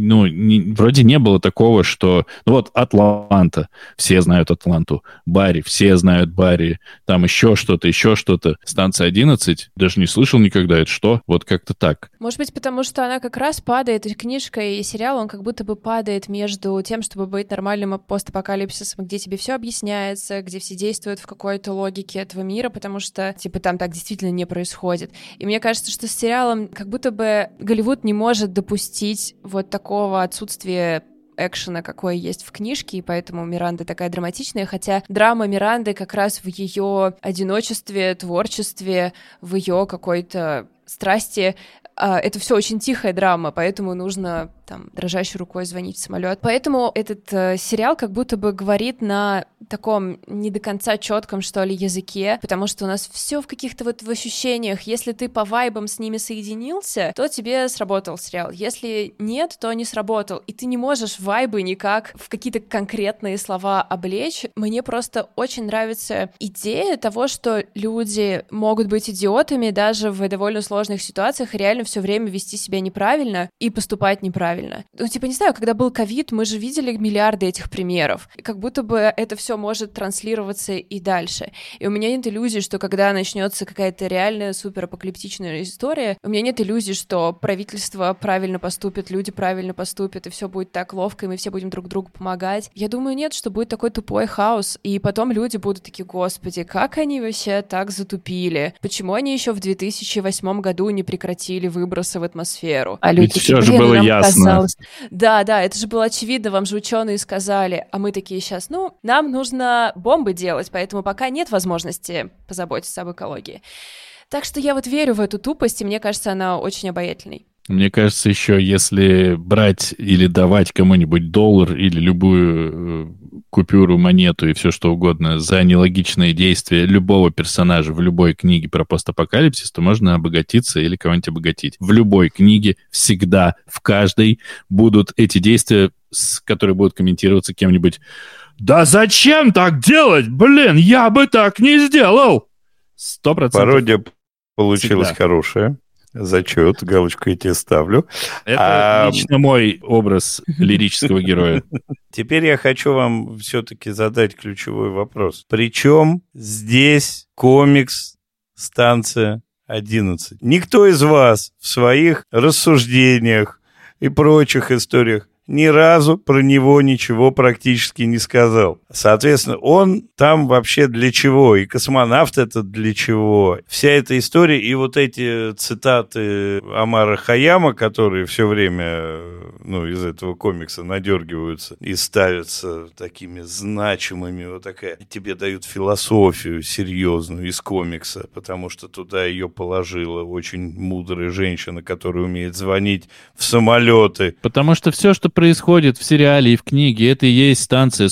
вроде не было такого, что... Ну, вот Атланта, все знают Атланту. Барри, все знают Барри. Там еще что-то. Станция 11, даже не слышал никогда, это что? Вот как-то так. Может быть, потому что она как раз падает, и книжка, и сериал, он как будто бы падает между тем, чтобы быть нормальным постапокалипсисом, где тебе все объясняется, где все действуют в какой-то логике этого мира, потому что, типа, там так действительно не происходит. И мне кажется, что с сериалом как будто бы Голливуд не может допустить вот такого отсутствия экшена, какой есть в книжке, и поэтому Миранда такая драматичная, хотя драма Миранды как раз в ее одиночестве, творчестве, в ее какой-то страсти. Это все очень тихая драма, поэтому нужно там дрожащей рукой звонить в самолет. Поэтому этот сериал как будто бы говорит на таком не до конца четком, что ли, языке, потому что у нас все в каких-то вот в ощущениях. Если ты по вайбам с ними соединился, то тебе сработал сериал. Если нет, то не сработал. И ты не можешь вайбы никак в какие-то конкретные слова облечь. Мне просто очень нравится идея того, что люди могут быть идиотами даже в довольно сложных ситуациях и реально все время вести себя неправильно и поступать неправильно. Ну, типа, не знаю, когда был ковид, мы же видели миллиарды этих примеров. И как будто бы это все может транслироваться и дальше. И у меня нет иллюзий, что когда начнется какая-то реальная суперапокалиптичная история, у меня нет иллюзий, что правительство правильно поступит, люди правильно поступят, и все будет так ловко, и мы все будем друг другу помогать. Я думаю, нет, что будет такой тупой хаос, и потом люди будут такие: господи, как они вообще так затупили? Почему они еще в 2008 году не прекратили выбросы в атмосферу? А люди ведь все же было ясно. Да, это же было очевидно, вам же ученые сказали, а мы такие сейчас, нам нужно бомбы делать, поэтому пока нет возможности позаботиться об экологии. Так что я вот верю в эту тупость, и мне кажется, она очень обаятельной. Мне кажется, еще если брать или давать кому-нибудь $1 или любую купюру, монету и все что угодно за нелогичные действия любого персонажа в любой книге про постапокалипсис, то можно обогатиться или кого-нибудь обогатить. В любой книге всегда, в каждой будут эти действия, которые будут комментироваться кем-нибудь. Да зачем так делать? Блин, я бы так не сделал! 100%. Пародия получилась всегда хорошая. Зачет, галочку я тебе ставлю. Это лично мой образ лирического героя. Теперь я хочу вам все-таки задать ключевой вопрос. Причем здесь комикс «Станция 11». Никто из вас в своих рассуждениях и прочих историях ни разу про него ничего практически не сказал. Соответственно, он там вообще для чего? И космонавт это для чего? Вся эта история и вот эти цитаты Омара Хайяма, которые все время, из этого комикса надергиваются и ставятся такими значимыми, вот такая, тебе дают философию серьезную из комикса, потому что туда ее положила очень мудрая женщина, которая умеет звонить в самолеты. Потому что все, что происходит в сериале и в книге, это и есть станция,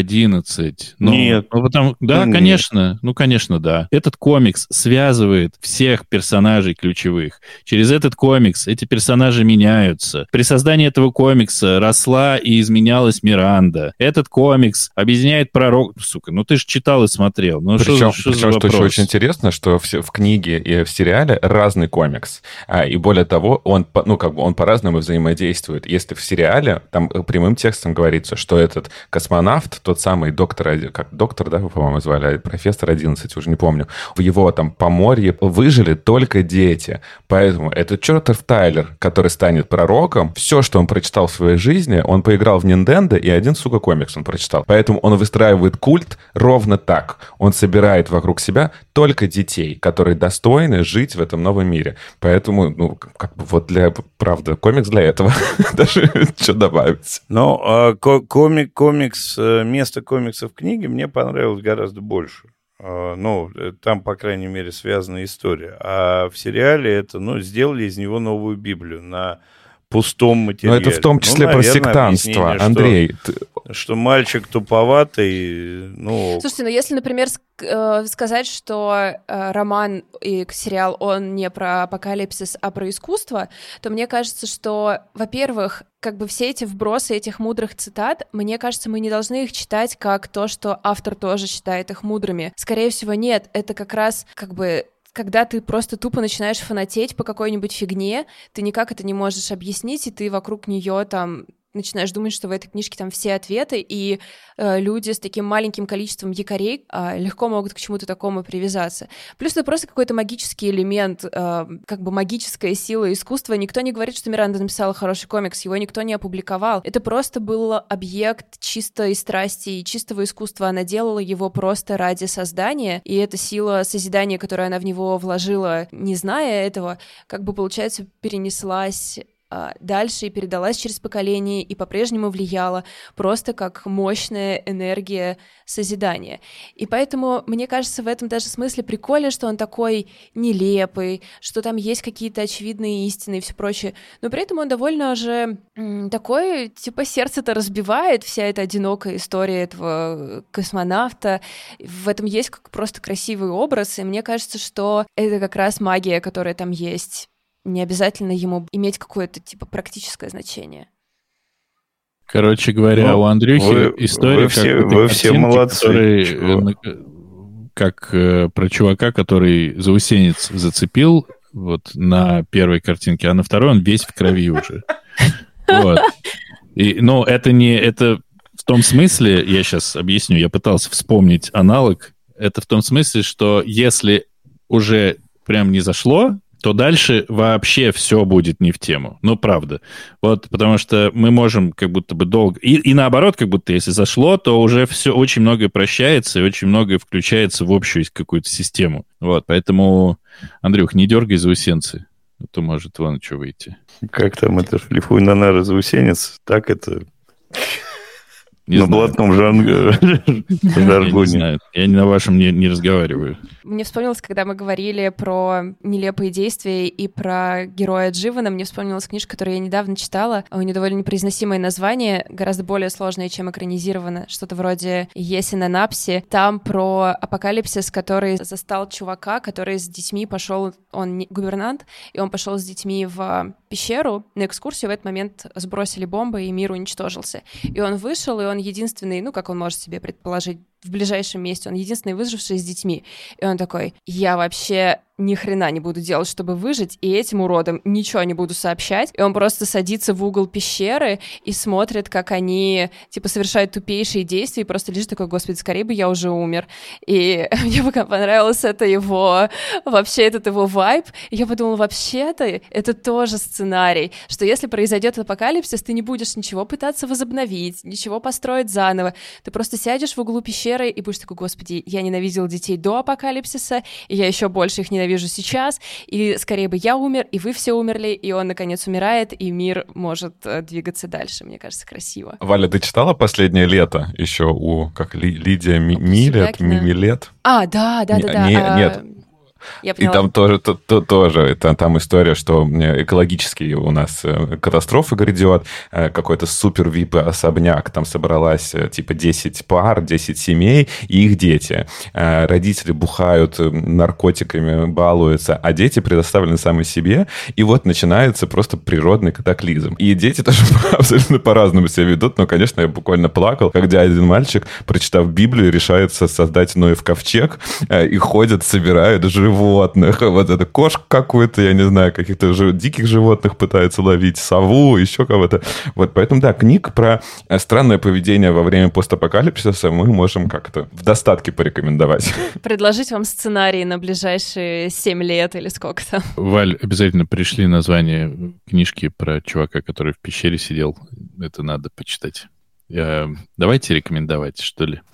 11. Нет. Да, конечно. Конечно, да. Этот комикс связывает всех персонажей ключевых. Через этот комикс эти персонажи меняются. При создании этого комикса росла и изменялась Миранда. Этот комикс объединяет пророк... Сука, ты же читал и смотрел. Причем, что еще очень интересно, что в книге и в сериале разный комикс. И более того, он по-разному взаимодействует. Если в сериале там прямым текстом говорится, что этот космонавт, тот самый доктор, да, вы, по-моему, звали, профессор 11, уже не помню, в его там поморье выжили только дети. Поэтому этот чертов Тайлер, который станет пророком, все, что он прочитал в своей жизни, он поиграл в Nintendo, и один, комикс он прочитал. Поэтому он выстраивает культ ровно так. Он собирает вокруг себя только детей, которые достойны жить в этом новом мире. Поэтому, правда, комикс для этого. Даже что добавить. Но комикс, место комикса в книге мне понравилось гораздо больше. Там, по крайней мере, связана история. А в сериале это, сделали из него новую Библию на пустом материале. Но это в том числе про сектантство, Андрей. Что мальчик туповатый, Слушайте, если, например, сказать, что роман и сериал, он не про апокалипсис, а про искусство, то мне кажется, что, во-первых, все эти вбросы этих мудрых цитат, мне кажется, мы не должны их читать как то, что автор тоже считает их мудрыми. Скорее всего, нет, это как раз когда ты просто тупо начинаешь фанатеть по какой-нибудь фигне, ты никак это не можешь объяснить, и ты вокруг нее там начинаешь думать, что в этой книжке там все ответы, и люди с таким маленьким количеством якорей легко могут к чему-то такому привязаться. Плюс это просто какой-то магический элемент, как бы магическая сила искусства. Никто не говорит, что Миранда написала хороший комикс, его никто не опубликовал. Это просто был объект чистой страсти и чистого искусства. Она делала его просто ради создания, и эта сила созидания, которую она в него вложила, не зная этого, как бы, получается, перенеслась дальше и передалась через поколение и по-прежнему влияла просто как мощная энергия созидания. И поэтому, мне кажется, в этом даже смысле прикольно, что он такой нелепый, что там есть какие-то очевидные истины и все прочее, но при этом он довольно уже такой, типа, сердце-то разбивает, вся эта одинокая история этого космонавта. В этом есть как просто красивый образ, и мне кажется, что это как раз магия, которая там есть. Не обязательно ему иметь какое-то, типа, практическое значение. Короче говоря, у Андрюхи история вы все молодцы. Как про чувака, который заусенец зацепил вот на первой картинке, а на второй он весь в крови уже. Вот. Но это в том смысле, я сейчас объясню, я пытался вспомнить аналог, это в том смысле, что если уже прям не зашло, то дальше вообще все будет не в тему. Ну, правда. Вот, потому что мы можем как будто бы долго... И наоборот, как будто если зашло, то уже все, очень многое прощается, и очень многое включается в общую какую-то систему. Вот, поэтому, Андрюх, не дергай заусенцы, а то может вон что выйти. Как там это, шлифуй на нары заусенец? Так это... На блатном жаргоне. Я на вашем не разговариваю. Мне вспомнилось, когда мы говорили про нелепые действия и про героя Дживана, мне вспомнилась книжка, которую я недавно читала. У нее довольно непроизносимое название, гораздо более сложное, чем экранизировано. Что-то вроде «Еси на Напси». Там про апокалипсис, который застал чувака, который с детьми пошел, он гувернант, и он пошел с детьми в пещеру на экскурсию. В этот момент сбросили бомбы, и мир уничтожился. И он вышел, и он единственный, ну, как он может себе предположить, в ближайшем месте, он единственный выживший с детьми. И он такой: я вообще ни хрена не буду делать, чтобы выжить, и этим уродам ничего не буду сообщать. И он просто садится в угол пещеры и смотрит, как они, типа, совершают тупейшие действия, и просто лежит такой: господи, скорее бы я уже умер. И мне пока понравился это его, вообще этот его вайб. И я подумала, вообще-то это тоже сценарий, что если произойдет апокалипсис, ты не будешь ничего пытаться возобновить, ничего построить заново. Ты просто сядешь в углу пещеры и будешь такой: господи, я ненавидел детей до апокалипсиса, и я еще больше их ненавижу сейчас, и скорее бы я умер, и вы все умерли, и он, наконец, умирает, и мир может двигаться дальше. Мне кажется, красиво. Валя, ты читала «Последнее лето» еще у Лидия Милет? Да. Нет. Я поняла. И там тоже там история, что экологические у нас катастрофы грядет, какой-то супер VIP-особняк, там собралась типа 10 пар, 10 семей и их дети. Родители бухают наркотиками, балуются, а дети предоставлены сами себе, и вот начинается просто природный катаклизм. И дети тоже абсолютно по-разному себя ведут, но, конечно, я буквально плакал, когда один мальчик, прочитав Библию, решается создать Ноев ковчег, и ходят, собирают животных, вот это кошку какую-то, я не знаю, каких-то диких животных пытаются ловить, сову, еще кого-то. Вот поэтому, да, книг про странное поведение во время постапокалипсиса мы можем как-то в достатке порекомендовать. Предложить вам сценарий на ближайшие 7 лет или сколько там. Валь, обязательно пришли название книжки про чувака, который в пещере сидел. Это надо почитать. Давайте рекомендовать, что ли.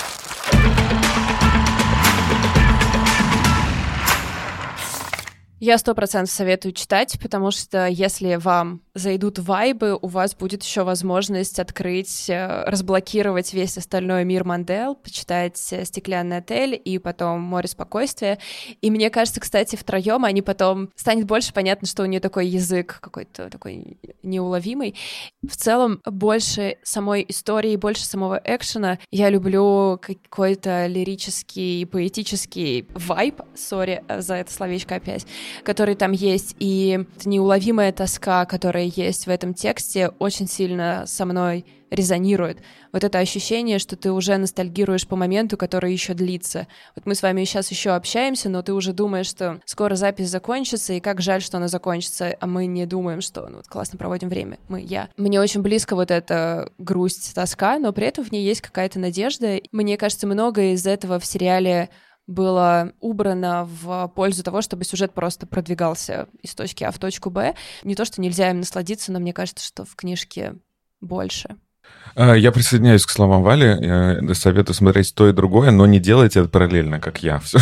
Я 100% советую читать, потому что если вам зайдут вайбы, у вас будет еще возможность открыть, разблокировать весь остальной мир Мандел, почитать «Стеклянный отель» и потом «Море спокойствия». И мне кажется, кстати, втроем они потом... Станет больше понятно, что у нее такой язык какой-то такой неуловимый. В целом, больше самой истории, больше самого экшена. Я люблю какой-то лирический, поэтический вайб, сори за это словечко опять. который там есть, и неуловимая тоска, которая есть в этом тексте, очень сильно со мной резонирует. Вот это ощущение, что ты уже ностальгируешь по моменту, который еще длится. Вот мы с вами сейчас еще общаемся, но ты уже думаешь, что скоро запись закончится, и как жаль, что она закончится, а мы не думаем, что вот классно проводим время. Мне очень близко вот эта грусть, тоска, но при этом в ней есть какая-то надежда. Мне кажется, многое из этого в сериале было убрано в пользу того, чтобы сюжет просто продвигался из точки А в точку Б. Не то, что нельзя им насладиться, но мне кажется, что в книжке больше. Я присоединяюсь к словам Вали. Я советую смотреть то и другое, но не делайте это параллельно, как я. Все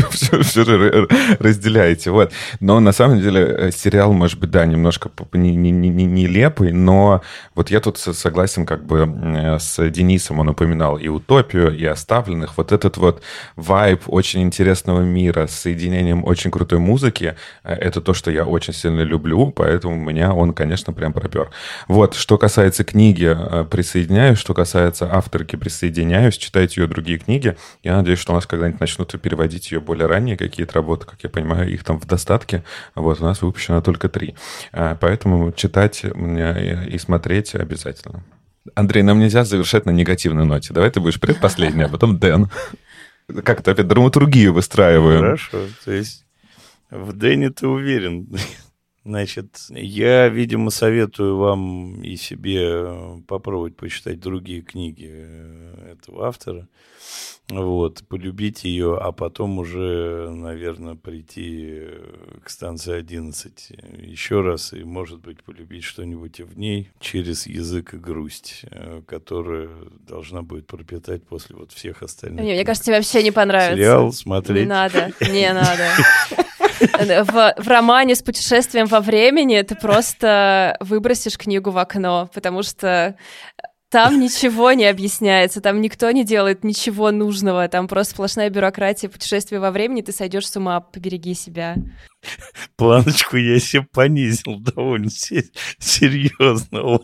же разделяете. Вот. Но на самом деле сериал, может быть, да, немножко нелепый, но вот я тут согласен как бы с Денисом. Он упоминал и «Утопию», и «Оставленных». Вот этот вот вайб очень интересного мира с соединением очень крутой музыки, это то, что я очень сильно люблю, поэтому меня он, конечно, прям пропер. Вот. Что касается книги, присоединяюсь. Что касается авторки, присоединяюсь. Читайте ее другие книги. Я надеюсь, что у нас когда-нибудь начнут переводить ее более ранние какие-то работы. Как я понимаю, их там в достатке. Вот, у нас выпущено только 3. Поэтому читать и смотреть обязательно. Андрей, нам нельзя завершать на негативной ноте. Давай ты будешь предпоследний, а потом Дэн. Как-то опять драматургию выстраиваем. Хорошо. То есть в Дэне ты уверен. Значит, я, видимо, советую вам и себе попробовать почитать другие книги этого автора. Вот, полюбить ее, а потом уже, наверное, прийти к станции 11 еще раз и, может быть, полюбить что-нибудь в ней через язык и грусть, которая должна будет пропитать после вот всех остальных. Мне кажется, тебе вообще не понравится. Сериал смотреть. Не надо. В романе с путешествием во времени ты просто выбросишь книгу в окно, потому что там ничего не объясняется, там никто не делает ничего нужного, там просто сплошная бюрократия, путешествие во времени, ты сойдешь с ума, побереги себя. Планочку я себе понизил довольно серьезно.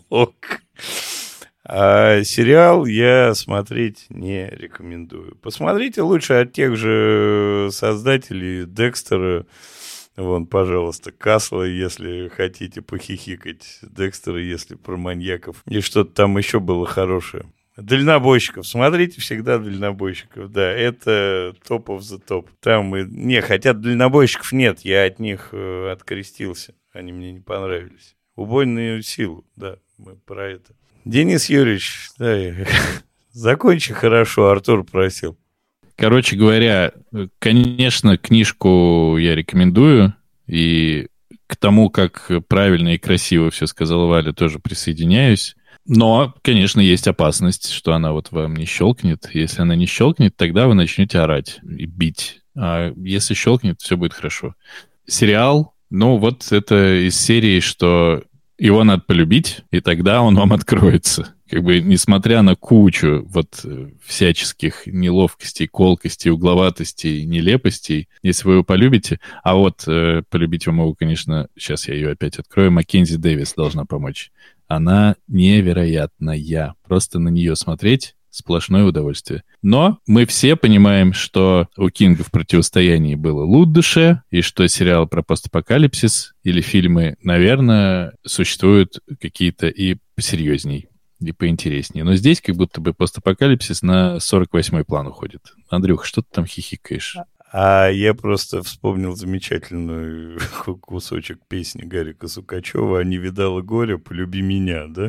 А сериал я смотреть не рекомендую. Посмотрите лучше от тех же создателей Декстера. Вон, пожалуйста, Касла, если хотите похихикать. Декстера, если про маньяков. И что-то там еще было хорошее. Дальнобойщиков. Смотрите всегда дальнобойщиков. Да, это топ of the топ. Там хотя дальнобойщиков нет. Я от них открестился. Они мне не понравились. Убойную силу. Да, мы про это. Денис Юрьевич, да, закончи хорошо, Артур просил. Короче говоря, конечно, книжку я рекомендую, и к тому, как правильно и красиво все сказала Валя, тоже присоединяюсь. Но, конечно, есть опасность, что она вот вам не щелкнет. Если она не щелкнет, тогда вы начнете орать и бить. А если щелкнет, все будет хорошо. Сериал, вот это из серии, что... Его надо полюбить, и тогда он вам откроется. Как бы, несмотря на кучу всяческих неловкостей, колкостей, угловатостей, нелепостей, если вы его полюбите, а полюбить вам его, конечно, сейчас я ее опять открою, Маккензи Дэвис должна помочь. Она невероятная. Просто на нее смотреть сплошное удовольствие. Но мы все понимаем, что у Кинга в «Противостоянии» было лучше, и что сериал про постапокалипсис или фильмы, наверное, существуют какие-то и посерьезней, и поинтереснее. Но здесь как будто бы постапокалипсис на 48-й план уходит. Андрюх, что ты там хихикаешь? А я просто вспомнил замечательный кусочек песни Гарика Сукачева «Не видала горя, полюби меня», да?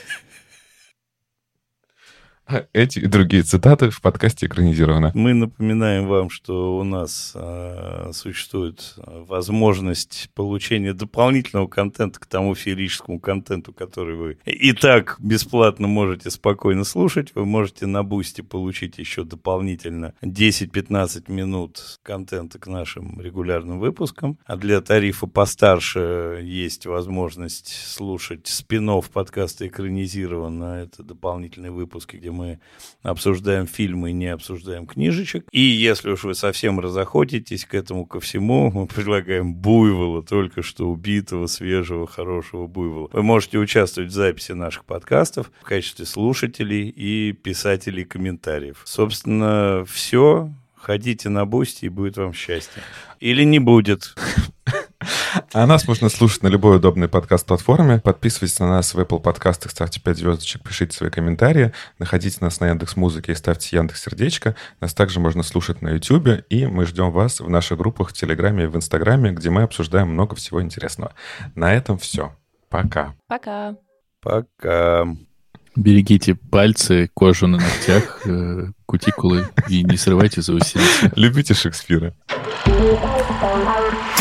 Эти и другие цитаты в подкасте экранизированы. Мы напоминаем вам, что у нас существует возможность получения дополнительного контента к тому феерическому контенту, который вы и так бесплатно можете спокойно слушать. Вы можете на Бусти получить еще дополнительно 10-15 минут контента к нашим регулярным выпускам. А для тарифа постарше есть возможность слушать спин-офф подкаста «Экранизировано». Это дополнительные выпуски, где мы обсуждаем фильмы и не обсуждаем книжечек. И если уж вы совсем разохотитесь к этому ко всему, мы предлагаем буйвола, только что убитого, свежего, хорошего буйвола. Вы можете участвовать в записи наших подкастов в качестве слушателей и писателей комментариев. Собственно, все. Ходите на Бусти, и будет вам счастье. Или не будет. А нас можно слушать на любой удобной подкаст-платформе. Подписывайтесь на нас в Apple подкастах, ставьте 5 звездочек, пишите свои комментарии. Находите нас на Яндекс.Музыке и ставьте Яндекс.Сердечко. Нас также можно слушать на YouTube. И мы ждем вас в наших группах в Телеграме и в Инстаграме, где мы обсуждаем много всего интересного. На этом все. Пока. Пока. Пока. Берегите пальцы, кожу на ногтях, кутикулы и не срывайте заусенцы. Любите Шекспира.